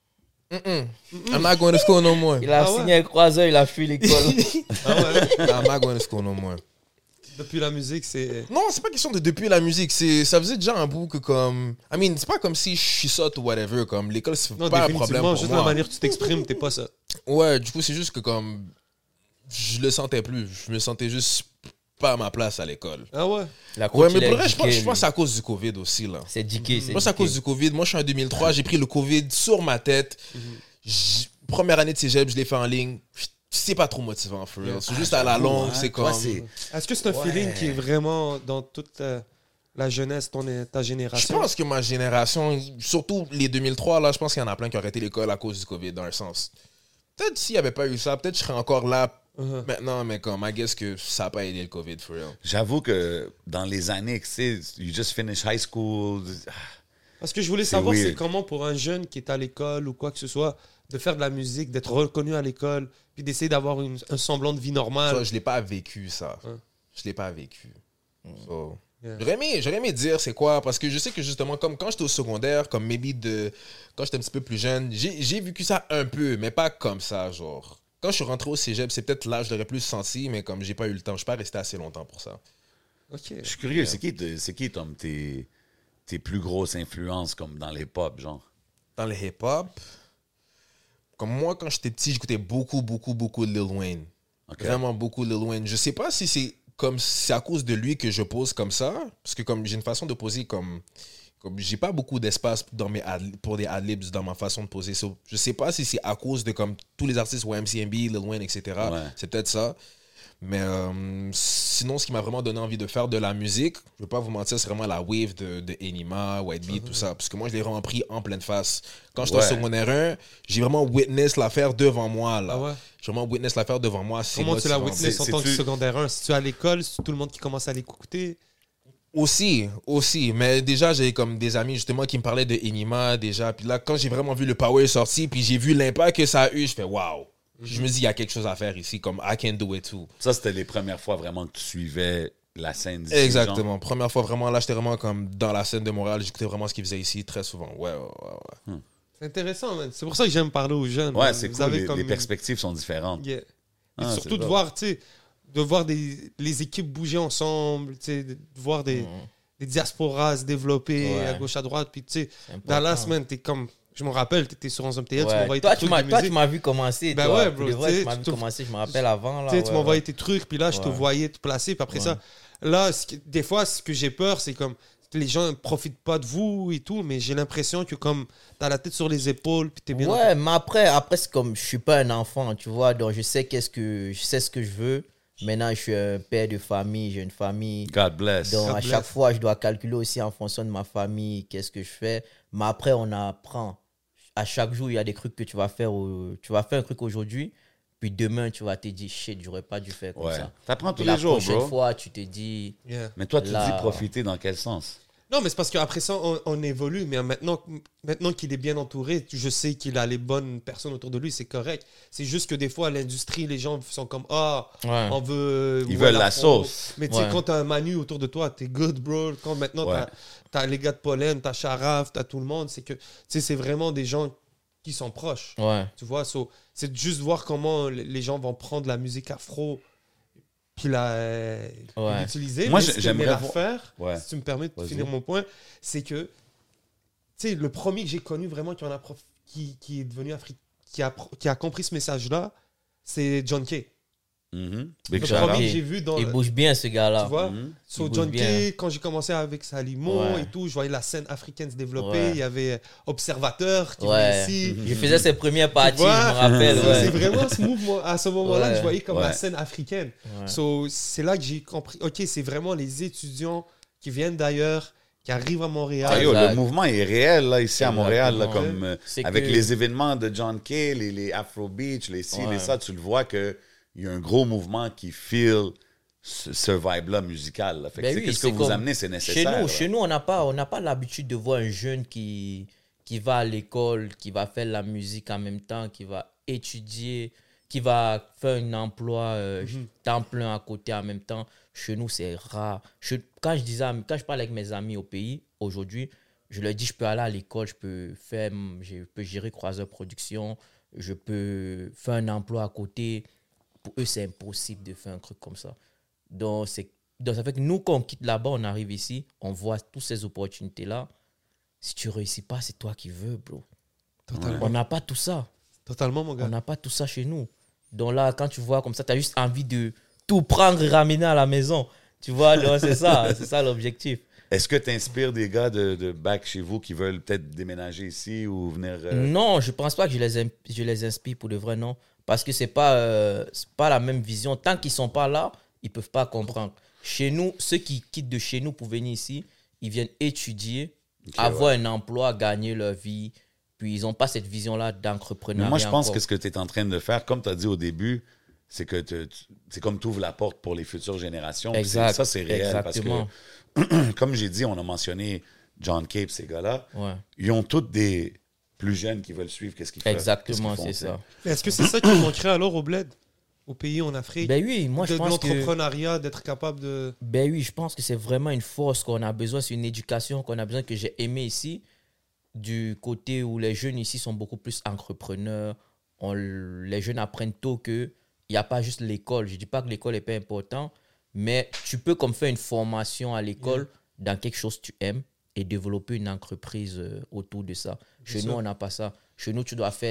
I'm not going to school no more. Il a Ah ouais. signé un croiseur, il a fui l'école. Ah ouais. I'm not going to school no more. Depuis la musique, c'est... Non, c'est pas question de depuis la musique. Ça faisait déjà un bout que comme... I mean, c'est pas comme si je suis sotte ou whatever. Comme l'école, c'est Non, pas un problème définitivement, pour juste moi. la manière que tu t'exprimes, t'es pas ça. Ouais, du coup, c'est juste que comme... Je le sentais plus. Je me sentais juste pas à ma place à l'école. Ah ouais? La Ouais, coach, mais il a pour vrai, je indiqué, pense que lui. c'est à cause du COVID aussi, là. C'est diqué. Moi, c'est à cause du COVID. Moi, je suis en 2003. J'ai pris le COVID sur ma tête. Première année de cégep, je l'ai fait en ligne. C'est pas trop motivant, for real. C'est juste à la longue, c'est comme... Est-ce que c'est un feeling qui est vraiment dans toute la jeunesse, ta Je génération? pense que ma génération, surtout les 2003, là, je pense qu'il y en a plein qui ont arrêté l'école à cause du COVID, dans un sens. Peut-être s'il n'y avait pas eu ça, peut-être je serais encore là maintenant, mais comme, I guess que ça n'a pas aidé le COVID, for real. J'avoue que dans les années, tu sais, you just finish high school. Parce que je voulais C'est savoir, weird. c'est comment pour un jeune qui est à l'école ou quoi que ce soit, de faire de la musique, d'être reconnu à l'école, puis d'essayer d'avoir un semblant de vie normale. Ça, je l'ai pas vécu, ça. Hein. Je l'ai pas vécu. So, Yeah. j'aurais aimé dire c'est quoi, parce que je sais que justement, comme quand j'étais au secondaire, comme maybe quand j'étais un petit peu plus jeune, j'ai vécu ça un peu, mais pas comme ça, genre. Quand je suis rentré au cégep, c'est peut-être là, je l'aurais plus senti, mais comme j'ai pas eu le temps, je suis pas resté assez longtemps pour ça. Ok. Je suis curieux, c'est qui comme tes plus grosses influences comme dans les pop, genre? Dans le hip-hop, comme moi, quand j'étais petit, j'écoutais beaucoup de Lil Wayne. Ok. Vraiment beaucoup de Lil Wayne. Je sais pas si c'est à cause de lui que je pose comme ça, parce que comme j'ai une façon de poser comme j'ai pas beaucoup d'espace pour des ad-libs dans ma façon de poser. So, je sais pas si c'est à cause de comme tous les artistes YMCMB, Lil Wayne, etc. Ouais. C'est peut-être ça. Mais sinon, ce qui m'a vraiment donné envie de faire de la musique, je vais pas vous mentir, c'est vraiment la wave de Enima, White Beat, tout ça. Parce que moi, je l'ai vraiment pris en pleine face. Quand j'étais au Ouais. secondaire 1, j'ai vraiment witness l'affaire devant moi. Là. Ah ouais? J'ai vraiment witness l'affaire devant moi. C'est Comment tu l'as motivant. witness en tant que C'est-tu- secondaire 1? Si tu es à l'école, si tout le monde qui commence à l'écouter? Aussi. Mais déjà, j'ai comme des amis justement qui me parlaient de Enima déjà. Puis là, quand j'ai vraiment vu le Power sorti, puis j'ai vu l'impact que ça a eu, je fais waouh. Je me dis, il y a quelque chose à faire ici, comme I can do it too. Ça, c'était les premières fois vraiment que tu suivais la scène d'ici, Exactement. genre? Première fois vraiment, là, j'étais vraiment comme dans la scène de Montréal. J'écoutais vraiment ce qu'ils faisaient ici très souvent. Ouais. C'est intéressant, man. C'est pour ça que j'aime parler aux jeunes. Ouais, man. c'est Vous cool. avez Les comme- perspectives sont différentes. Yeah. Et Ah, surtout c'est de dope. voir, tu sais, les équipes bouger ensemble, tu sais, de voir des diasporas se développer Ouais. à gauche, à droite. Puis, tu sais, C'est important. Dallas, man, t'es comme... Je me rappelle, t'étais sur un MTL, tu Ouais. m'envoyais Toi, tes tu trucs m'as, de toi, tu musique. m'as vu commencer. Ben toi. ouais, Pour bro, de vrai, tu sais, tu m'as vu tu- commencer, je me rappelle avant. Là, Tu sais, tu ouais, m'envoyais ouais. tes trucs, puis là, je te Ouais. voyais te placer. Puis après Ouais. ça, là, des fois, ce que j'ai peur, c'est comme les gens ne profitent pas de vous et tout, mais j'ai l'impression que comme t'as la tête sur les épaules, puis t'es bien. Ouais, mais après c'est comme je suis pas un enfant, tu vois, donc je sais ce que je veux. Maintenant, je suis un père de famille, j'ai une famille. God bless. Donc, God à bless. chaque fois, je dois calculer aussi en fonction de ma famille, qu'est-ce que je fais. Mais après, on apprend. À chaque jour, il y a des trucs que tu vas faire. Tu vas faire un truc aujourd'hui, puis demain, tu vas te dire, shit, j'aurais pas dû faire comme Ouais. ça. T'apprends tous Puis la les jours, prochaine bro. fois, tu te dis, Yeah. Mais toi, tu Là- dis profiter dans quel sens? Non, mais c'est parce qu'après ça, on évolue. Mais maintenant qu'il est bien entouré, je sais qu'il a les bonnes personnes autour de lui, c'est correct. C'est juste que des fois, à l'industrie, les gens sont comme Ah, ouais. on veut. Ils ouais, veulent la promo. sauce. Mais tu sais, Ouais. quand t'as un Manu autour de toi, t'es good, bro. Quand maintenant, Ouais. t'as les gars de Pollen, t'as Sharaf, t'as tout le monde, c'est que, tu sais, c'est vraiment des gens qui sont proches. Ouais. Tu vois, c'est de juste voir comment les gens vont prendre la musique afro puis Ouais. l'utiliser. Moi, Mais ce que j'aimerais j'aimerais voir- faire, Ouais. si tu me permets de Vas-y. finir mon point, c'est que, tu sais, le premier que j'ai connu vraiment qui est devenu qui a compris ce message-là, c'est John Kay. Big Le shout premier out. que j'ai vu dans... Il bouge bien, ce gars-là. Tu vois, Mhm. sur Il John bouge bien. Kay, quand j'ai commencé avec Salimo Ouais. et tout, je voyais la scène africaine se développer. Ouais. Il y avait Observateur qui Ouais. venait ici. Je faisais ses premières parties, je vois, me rappelle. C'est Ouais. vraiment ce mouvement, à ce moment-là, Ouais. que je voyais comme Ouais. la scène africaine. Ouais. So, c'est là que j'ai compris, OK, c'est vraiment les étudiants qui viennent d'ailleurs, qui arrivent à Montréal. Ah, yo, Exact. le mouvement est réel là, ici à Montréal, là, Exactement. comme, C'est avec que- les événements de John Kay, les Afro Beach, les ci, Ouais. les ça, tu le vois qu'il y a un gros mouvement qui feel ce vibe-là musical. Là. Fait que, Ben tu sais, oui, qu'est-ce que c'est vous comme- amenez, c'est nécessaire. Chez nous, on n'a pas l'habitude de voir un jeune qui va à l'école, qui va faire la musique en même temps, qui va étudier, qui va faire un emploi temps plein à côté en même temps. Chez nous, c'est rare. Quand je parle avec mes amis au pays, aujourd'hui, je leur dis, je peux aller à l'école, je peux gérer Croiseur Production, je peux faire un emploi à côté. Pour eux, c'est impossible de faire un truc comme ça. Donc, ça fait que nous, quand on quitte là-bas, on arrive ici, on voit toutes ces opportunités-là. Si tu réussis pas, c'est toi qui veux, bro. Totalement. On n'a pas tout ça. Totalement, mon On gars. n'a pas tout ça chez nous. Donc là, quand tu vois comme ça, tu as juste envie de tout prendre et ramener à la maison. Tu vois, donc c'est ça l'objectif. Est-ce que tu inspires des gars de back chez vous qui veulent peut-être déménager ici ou venir... Non, je pense pas que je les inspire pour de vrai, non. Parce que c'est pas la même vision. Tant qu'ils sont pas là, ils peuvent pas comprendre. Chez nous, ceux qui quittent de chez nous pour venir ici, ils viennent étudier, avoir un emploi, gagner leur vie. Puis ils n'ont pas cette vision-là d'entrepreneuriat. Mais moi, je pense encore. que ce que tu es en train de faire, comme tu as dit au début, c'est que c'est comme tu ouvres la porte pour les futures générations. Puis Exact. ça, c'est réel. Exactement. Parce que, comme j'ai dit, on a mentionné John Cape, ces gars-là. Ouais. Ils ont tous des plus jeunes qui veulent suivre qu'est-ce qu'ils font. Exactement, qu'est-ce qu'ils c'est font, ça. Mais est-ce que c'est ça qui manquerait alors au bled, au pays, en Afrique? Ben oui, moi je de pense que l'entrepreneuriat, d'être capable de... ben oui, je pense que c'est vraiment une force qu'on a besoin, c'est une éducation qu'on a besoin, que j'ai aimé ici, du côté où les jeunes ici sont beaucoup plus entrepreneurs. Les jeunes apprennent tôt qu'il n'y a pas juste l'école. Je ne dis pas que l'école n'est pas important, mais tu peux comme faire une formation à l'école dans quelque chose que tu aimes et développer une entreprise autour de ça. Chez nous, on n'a pas ça. Chez nous, tu dois faire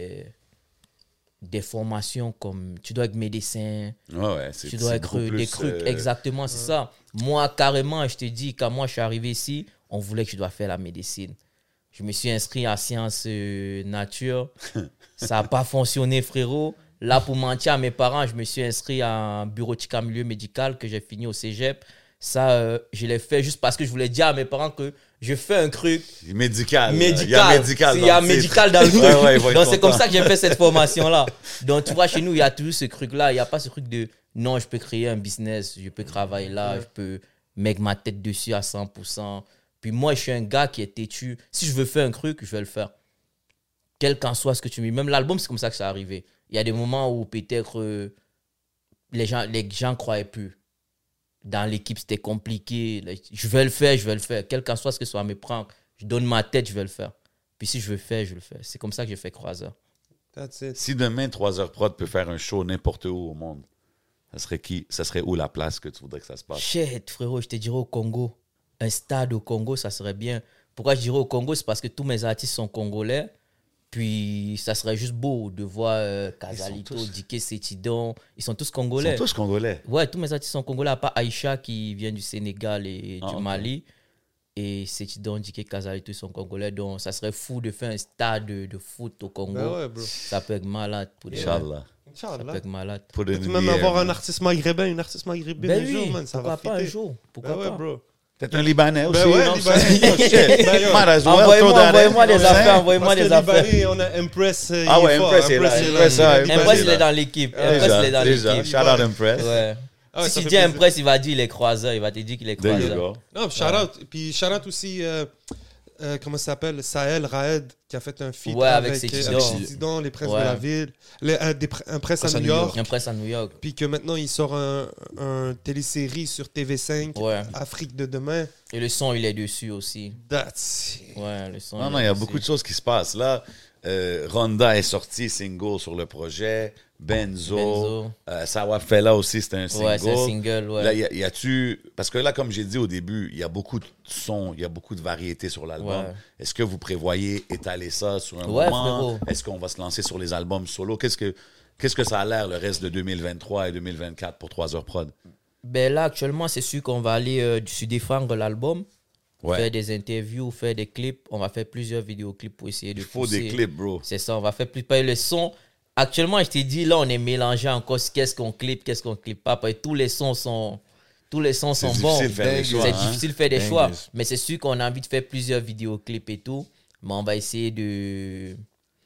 des formations comme tu dois être médecin, Ouais, tu dois être beaucoup des plus, trucs, exactement, c'est ça. Moi, carrément, je te dis, quand moi je suis arrivé ici, on voulait que je dois faire la médecine. Je me suis inscrit à Sciences Nature. Ça n'a pas fonctionné, frérot. Là, pour mentir à mes parents, je me suis inscrit en bureautique en milieu médical que j'ai fini au cégep. Ça, je l'ai fait juste parce que je voulais dire à mes parents que je fais un truc Médical. médical. Il y a médical. Il y a dans le titre. médical dans le truc. Ouais, ils vont être Donc, c'est comme contents. ça que j'ai fait cette formation-là. Donc, tu vois, chez nous, il y a toujours ce truc-là. Il n'y a pas ce truc de non, je peux créer un business, je peux travailler là, je peux mettre ma tête dessus à 100%. Puis moi, je suis un gars qui est têtu. Si je veux faire un truc, je vais le faire. Quel qu'en soit ce que tu me dis. Même l'album, c'est comme ça que ça arrivé. Il y a des moments où peut-être les gens ne croyaient plus. Dans l'équipe, c'était compliqué. Je vais le faire. Quel qu'en soit ce que ça va me prendre, je donne ma tête, je vais le faire. Puis si je veux faire, je le fais. C'est comme ça que j'ai fait Croiseur. That's it. Si demain, 3 heures prod peut faire un show n'importe où au monde, ça serait qui? Ça serait où la place que tu voudrais que ça se passe? Shit, frérot, je te dirais au Congo. Un stade au Congo, ça serait bien. Pourquoi je dirais au Congo? C'est parce que tous mes artistes sont congolais. Puis ça serait juste beau de voir Casalito, tous- Diké, Setidon. Ils sont tous Ils congolais. sont tous congolais. Ouais, tous mes artistes sont congolais, à part Aïcha qui vient du Sénégal et Ah, du ok. Mali. Et Setidon, Diké, Casalito, ils sont congolais. Donc ça serait fou de faire un stade de foot au Congo. Ben ouais, bro. Ça peut être malade. Pour des- Inch'Allah. Ça peut Inch'Allah. être malade. Put it Peut-être in même the avoir air, un man. artiste maghrébin, une artiste maghrébine Ben un oui, jour, man. Ça pourquoi va pas un fitter. jour? Pourquoi Ben ouais, pas? bro. Peut-être un Libanais aussi. Ben ouais, non? Libanais. Oh, shit. Ben yo. Might as well throw Envoyez-moi that in. envoyez-moi des Ouais. affaires, envoyez-moi Parce que des affaires. Libanais, on a Impress. Ah ouais, il est fort. Impress est là. Impress, Impress, Impress, il là. est dans l'équipe. Impress, il est dans Déjà. l'équipe. Shout out Impress. Ouais. Ah ouais, Si ça tu fait dis plaisir. Impress, il va dire il est croiseur. Il va te dire qu'il est There you croiseur. go. Non, puis shout out. Puis shout out aussi, comment ça s'appelle? Sahel Raed, qui a fait un feat Ouais, avec avec Setidon. Setidon, les princes Ouais. de la ville, un prince à New New York. Impress à New York. Puis que maintenant, il sort un télésérie sur TV5, Ouais. Afrique de demain. Et le son, il est dessus aussi. That's it. Ouais, le son. Non, il y a beaucoup de choses qui se passent. Là, Ronda est sorti single sur le projet. Benzo. Sawa Fela aussi, c'était un single. Ouais, c'est un single, ouais. Là, y a-tu... Parce que là, comme j'ai dit au début, il y a beaucoup de sons, il y a beaucoup de variétés sur l'album. Ouais. Est-ce que vous prévoyez étaler ça sur un Ouais, moment? frérot. Est-ce qu'on va se lancer sur les albums solo? Qu'est-ce que... Qu'est-ce que ça a l'air le reste de 2023 et 2024 pour 3 heures prod? Ben là, actuellement, c'est sûr qu'on va aller se défendre l'album, Ouais. faire des interviews, faire des clips. On va faire plusieurs vidéoclips pour essayer de Il faut pousser. des clips, bro. C'est ça, on va faire plus pas le son. Actuellement, je t'ai dit, là, on est mélangé encore qu'est-ce qu'on clip pas. Parce que tous les sons sont bons. C'est difficile de faire des choix. C'est hein? difficile de faire des choix. Bangers. Mais c'est sûr qu'on a envie de faire plusieurs vidéoclips et tout. Mais on va essayer de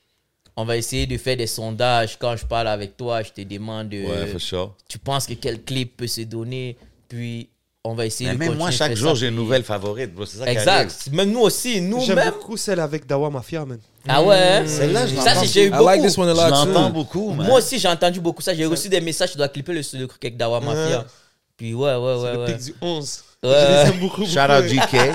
faire des sondages. Quand je parle avec toi, je te demande Ouais, for sure. tu penses que quel clip peut se donner. Puis on va essayer Mais de même continuer moi, de chaque faire jour, ça, j'ai une puis- nouvelle favorite, bro. C'est ça qui arrive. Exact. Même nous aussi, J'aime nous-mêmes. beaucoup celle avec Dawa Mafia, man. Ah ouais. Celle-là, je Ça, l'entends. c'est j'ai eu I beaucoup. like this one a Je lot l'entends too. beaucoup, man. Moi aussi, j'ai entendu beaucoup ça. J'ai reçu des messages, tu dois clipper le truc avec Dawa Mafia. Puis ouais. C'est le Ouais. pic du 11. Ouais. Je les aime beaucoup. Shout out GK.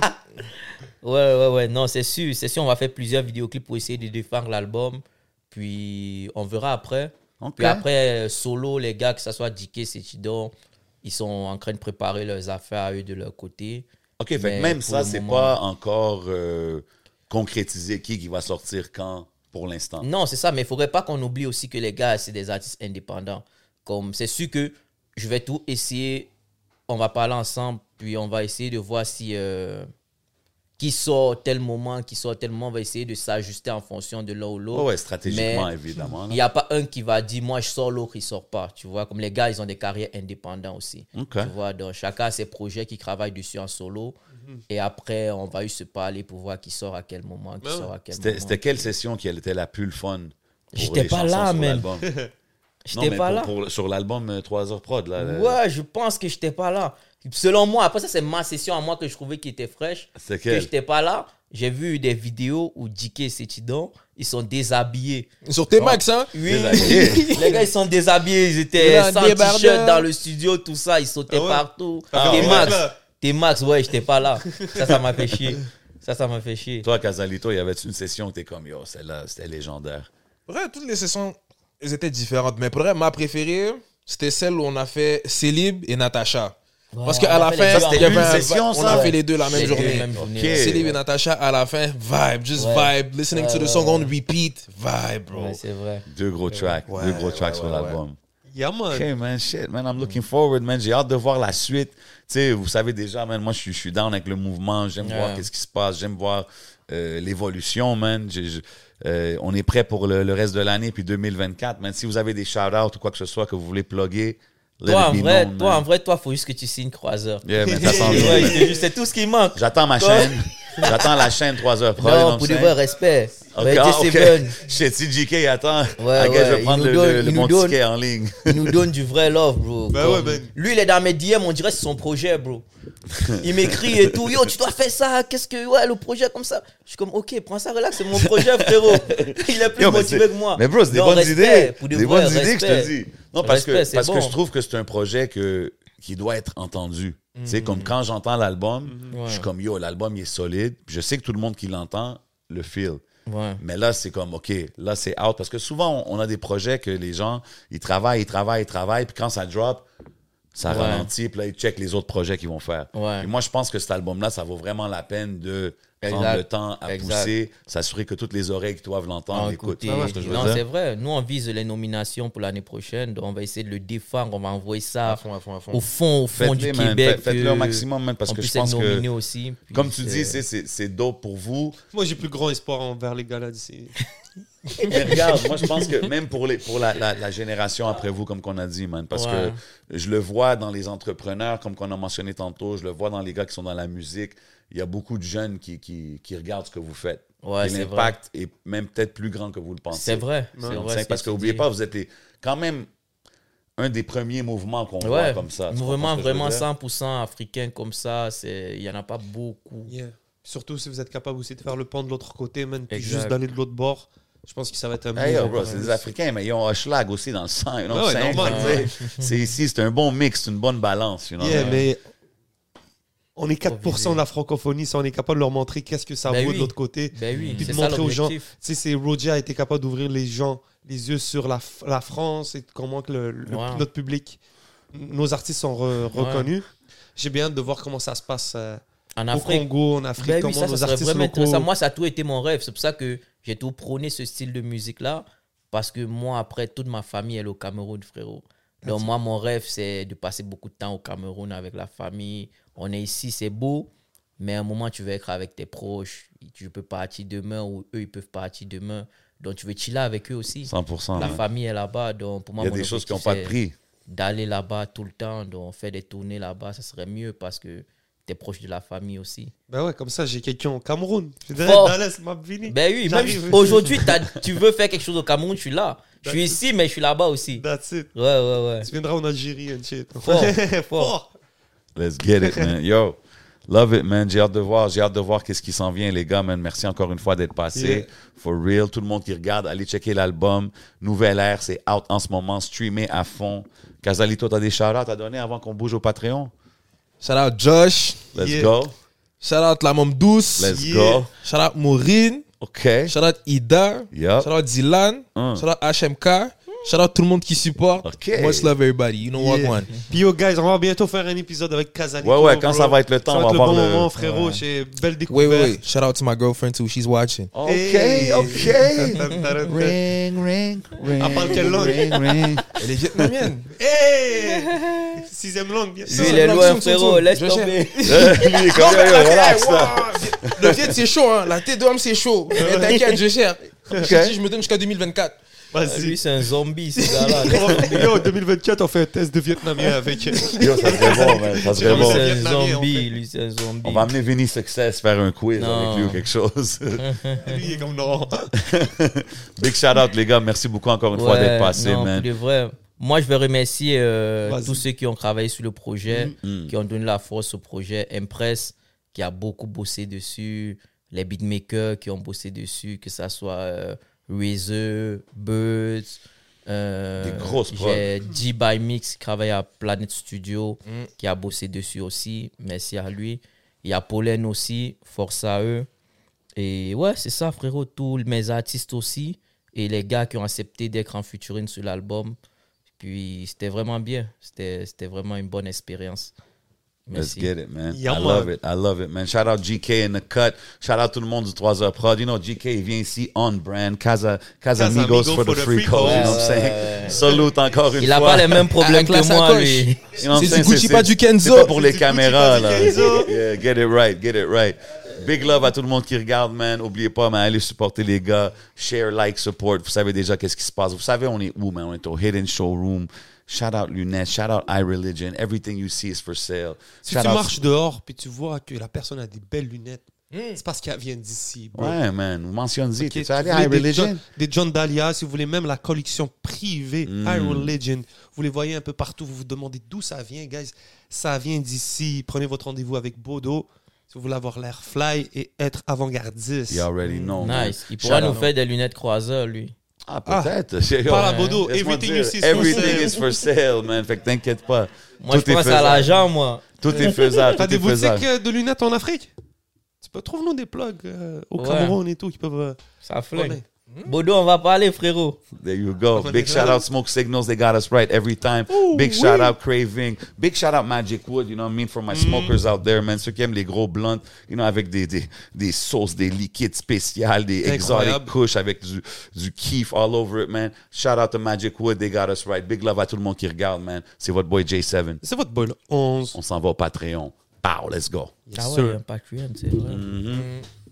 Ouais. Non, c'est sûr. On va faire plusieurs vidéoclips pour essayer de défendre l'album. Puis on verra après. OK. Puis après, solo, les gars, que ce soit DK, Setidon, ils sont en train de préparer leurs affaires à eux de leur côté. OK, fait Mais que même pour ça, le c'est moment- pas encore concrétisé qui va sortir quand pour l'instant. Non, c'est ça, mais il ne faudrait pas qu'on oublie aussi que les gars, c'est des artistes indépendants. Comme c'est sûr que je vais tout essayer, on va parler ensemble, puis on va essayer de voir si qui sort tel moment, on va essayer de s'ajuster en fonction de l'un ou l'autre. Oh ouais, stratégiquement, Mais évidemment. Il là. n'y a pas un qui va dire, moi je sors, l'autre il sort pas. Tu vois, comme les gars, ils ont des carrières indépendantes aussi. OK. Tu vois, donc chacun a ses projets qui travaillent dessus en solo. Et après, on va se parler pour voir qui sort à quel moment, qui sort à quel moment. C'était quelle session qui était la plus le fun? pour J'étais les pas chansons là, sur man. l'album? J'étais pas là. Sur l'album 3 heures prod, là. Ouais, je pense que j'étais pas là. Selon moi, après ça, c'est ma session à moi que je trouvais qui était fraîche. C'est Que quelle? j'étais pas là. J'ai vu des vidéos où DK et Setidon, ils sont déshabillés. Sur tes max, hein? Oui, Déshabillés. les gars, ils sont déshabillés. Ils étaient Là, sans débardeurs. t-shirt dans le studio, tout ça. Ils sautaient Ah ouais? partout. Ah T'es ouais. Max. T'es Max, ouais, j'étais pas là. Ça m'a fait chier. Ça m'a fait chier. Toi, Casalito, il y avait une session où t'es comme, yo, celle-là, c'était légendaire. Pour vrai, toutes les sessions, elles étaient différentes. Mais pour vrai, ma préférée, c'était celle où on a fait Célib et Natacha. Parce qu'à la fin, Ça, il y avait une un session, on ça? a fait les deux la même Les deux, journée. même journée. Ok. Célib et Natacha, à la fin, vibe, just Ouais. vibe. Listening Ouais, to the ouais, song ouais. on repeat, vibe, bro. Ouais, c'est vrai. Deux gros tracks. Ouais, deux gros ouais, tracks ouais, sur ouais, l'album. Yeah, man. OK, man, shit, man, I'm looking forward, man. J'ai hâte de voir la suite. Tu sais, vous savez déjà, man, moi, je suis down avec le mouvement. J'aime Ouais. voir qu'est-ce qui se passe. J'aime voir l'évolution, man. On est prêt pour le reste de l'année, puis 2024, man. Si vous avez des shout-outs ou quoi que ce soit que vous voulez plugger, let Toi, it en be vrai, known, toi, man. en vrai, toi, faut juste que tu signes Croiseur. Yeah, man, ça s'en vient, Ouais, man. c'est tout ce qui manque. J'attends ma chaîne. J'attends la chaîne 3 heures prod. Non, pour de vrai, respect. OK, Ouais, ah, J7, OK. Shit, si GK attend, Ouais, I guess je ouais, vais prendre il nous donne- le il mon nous donne- ticket en ligne. il nous donne du vrai love, bro. Bah Comme- ouais, man. Lui, il est dans mes DM, on dirait que c'est son projet, bro. Il m'écrit et tout. Yo, tu dois faire ça. Qu'est-ce que. Ouais, le projet comme ça. Je suis comme, ok, prends ça, relax, c'est mon projet, frérot. Il est plus Yo, mais motivé c'est- que moi. Mais bro, c'est des Non, bonnes respect, idées. pour de Des vrai, bonnes idées que je te respect. dis. Non, parce Respect, c'est que bon. je trouve que c'est un projet qui doit être entendu. Tu sais, comme quand j'entends l'album, je suis comme, yo, l'album, il est solide. Puis je sais que tout le monde qui l'entend le feel. Ouais. Mais là, c'est comme, OK, là, c'est out. Parce que souvent, on a des projets que les gens, ils travaillent. Puis quand ça drop, ça Ouais. ralentit. Puis là, ils checkent les autres projets qu'ils vont faire. Ouais. Et moi, je pense que cet album-là, ça vaut vraiment la peine de prendre Exact. le temps à Exact. pousser, s'assurer que toutes les oreilles qui doivent l'entendre Ah, écoutent. écoutez, Tu vois ce que je veux non, dire? c'est vrai. Nous, on vise les nominations pour l'année prochaine. Donc, on va essayer de le défendre. On va envoyer ça À fond, à fond, à fond. au fond du Faites-les, man. Québec. Faites-le au maximum, man, parce on que je puisse être pense que, nominé aussi. Puis comme tu dis, c'est- c'est dope pour vous. Moi, j'ai plus grand espoir envers les gars là d'ici. Mais regarde, moi, je pense que même pour la génération après vous, comme qu'on a dit, man, parce Ouais. que je le vois dans les entrepreneurs, comme qu'on a mentionné tantôt, je le vois dans les gars qui sont dans la musique. Il y a beaucoup de jeunes qui regardent ce que vous faites. Ouais, Et c'est l'impact est même peut-être plus grand que vous le pensez. C'est vrai. C'est C'est vrai, vrai. parce que n'oubliez pas, vous êtes quand même un des premiers mouvements qu'on voit Ouais, comme ça. Tu comprends vraiment, ce que je veux vraiment dire? 100% africain comme ça, il n'y en a pas beaucoup. Yeah. Surtout si vous êtes capable aussi de faire le pont de l'autre côté, man, puis Exact. juste d'aller de l'autre bord. Je pense que ça va être un Hey, yo, mouvement bro, quand c'est même. des Africains, mais ils ont un schlag aussi dans le sang. You know Ouais, what I'm saying? normal. Fait que, tu sais, c'est ici, c'est un bon mix, c'est une bonne balance. You know? Yeah, mais on est 4% de la francophonie, si on est capable de leur montrer qu'est-ce que ça Ben vaut oui. de l'autre côté. Ben oui, Puis c'est de ça montrer aux gens. Tu l'objectif. sais, c'est Roger a été capable d'ouvrir les yeux sur la France et comment que Wow. notre public, nos artistes sont reconnus. J'ai bien hâte de voir comment ça se passe En au Afrique. Congo, en Afrique, Ben oui, comment ça nos serait artistes vraiment locaux. intéressant. Moi, ça a tout été mon rêve. C'est pour ça que j'ai tout prôné ce style de musique-là. Parce que moi, après, toute ma famille elle est au Cameroun, frérot. Donc, moi, mon rêve, c'est de passer beaucoup de temps au Cameroun avec la famille. On est ici, c'est beau. Mais à un moment, tu veux être avec tes proches. Tu peux partir demain ou eux, ils peuvent partir demain. Donc, tu veux chiller avec eux aussi. 100%. La man. famille est là-bas. Donc, pour moi, Il y a mon des choses qui n'ont objectif, pas de c'est prix. d'aller là-bas tout le temps. Donc, faire des tournées là-bas, ça serait mieux parce que tu es proche de la famille aussi. Ben ouais, comme ça, j'ai quelqu'un au Cameroun. Je dirais, Fort. Dallas m'a fini. Ben oui, même J'arrive. aujourd'hui, tu veux faire quelque chose au Cameroun, je suis là. Je suis ici, mais je suis là-bas aussi. That's it. Ouais. Tu viendras en Algérie and shit. Fort. Let's get it, man. Yo, love it, man. J'ai hâte de voir qu'est-ce qui s'en vient, les gars, man. Merci encore une fois d'être passé. Yeah. For real. Tout le monde qui regarde, allez checker l'album. Nouvelle Ère, c'est out en ce moment. Streamé à fond. Casalito, t'as des shout-outs à donner avant qu'on bouge au Patreon? Shout out Josh. Let's Yeah. go. Shout out La Môme Douce. Let's Yeah. go. Shout out Maureen. OK. Shout out Ida. Yup. Shout out Dylan. Shout out HMK. Shout out tout le monde qui supporte. OK. Much love everybody. You know what Yeah. one. Puis yo, guys, on va bientôt faire un épisode avec Casalito. Ouais, quand bro. ça va être le temps, Ça va on être va le voir bon le... moment, frérot. C'est belle Wait, découverte. Shout out to my girlfriend too. She's watching. OK, Hey. OK. Elle parle quelle langue? Elle est vietnamienne. Hey! Sixième langue, bien sûr. Lui, il est loin, frérot, laisse Je tomber. Lui, il est comme, yo, relax, là. Le Viet, c'est chaud, hein. La tête d'homme, c'est chaud. Mais t'inquiète, je gère. Je dis, je me donne jusqu'à 2024. Vas-y. Lui, c'est un zombie, ce gars-là. Laisse tomber. Yo, 2024, on fait un test de vietnamien avec. Yo, ça serait bon, man. Ça serait Lui, bon. C'est un Vietnamien, en fait. zombie, lui, c'est un zombie. On va amener Vinny Success faire un quiz Non. avec lui ou quelque chose. Lui, il est comme non. Big shout out, les gars. Merci beaucoup encore une fois d'être passé, non, man. pour de vrai. Moi, je veux remercier Vas-y. tous ceux qui ont travaillé sur le projet, qui ont donné la force au projet. Impress, qui a beaucoup bossé dessus. Les beatmakers qui ont bossé dessus, que ça soit Razer, Birds. Des grosses prods. J'ai G by Mix qui travaille à Planet Studio, qui a bossé dessus aussi. Merci à lui. Il y a Pollen aussi, force à eux. Et ouais, c'est ça, frérot. Tous mes artistes aussi. Et les gars qui ont accepté d'être en featuring sur l'album. Puis c'était vraiment bien. C'était vraiment une bonne expérience. Let's Merci. get it, man. Yeah, I man. love it. I love it, man. Shout out GK in the cut. Shout out tout le monde du 3h Prod. You know, GK, il vient ici on brand. Casamigos for the free code. You know what I'm saying? Salute encore une Il n'a fois. pas les mêmes problèmes Avec la que moi, sacoche. lui. You know what I'm C'est saying? du Gucci, pas du Kenzo. C'est pas pour les C'est du caméras, Gucci, pas là. du Kenzo. Yeah, get it right, get it right. Big love à tout le monde qui regarde, man. Oubliez pas, man, allez supporter les gars. Share, like, support. Vous savez déjà qu'est-ce qui se passe. Vous savez, on est où, man? On est au Hidden Showroom. Shout out Lunettes. Shout out iReligion. Everything you see is for sale. Si Shout tu out- marches dehors puis tu vois que la personne a des belles lunettes, c'est parce qu'elle vient d'ici, bro. Ouais, man. Mentionne-y. Ok, T'es si allé vous à voulez iReligion? des John Dahlia, si vous voulez même la collection privée iReligion, vous les voyez un peu partout, vous vous demandez d'où ça vient, guys. Ça vient d'ici. Prenez votre rendez-vous avec Bodo si vous voulez avoir l'air fly et être avant-gardiste. You already know, man. Nice. Il pourra Shout nous out. faire des lunettes croiseurs, lui. Ah, peut-être. Yo, Parle à Bodo. laisse-moi Everything dire, you see is for everything sale. is for sale, man. Fait que t'inquiète pas. Moi, Tout je est pense à faisable. l'argent, moi. Tout est faisable. T'as Tout des est faisable. boutiques de lunettes en Afrique? Tu peux trouver nous des plugs au Ouais. Cameroun et tout qui peuvent. Ça flingue. Ouais. Bodo, on va parler, frérot. There you go. On Big est shout là. out Smoke Signals. They got us right every time. Big shout out Craving. Big shout out Magic Wood. You know what I mean? For my smokers out there, man. Ceux qui aiment les gros blunts, you know, avec des sauces, des liquides spéciales, des exotic Incroyable. kush avec du kiff all over it, man. Shout out to Magic Wood. They got us right. Big love à tout le monde qui regarde, man. C'est votre boy J7. C'est votre boy, là. 11. On s'en va au Patreon. Pow, let's go. Ah ouais, il y a un Patreon, c'est vrai.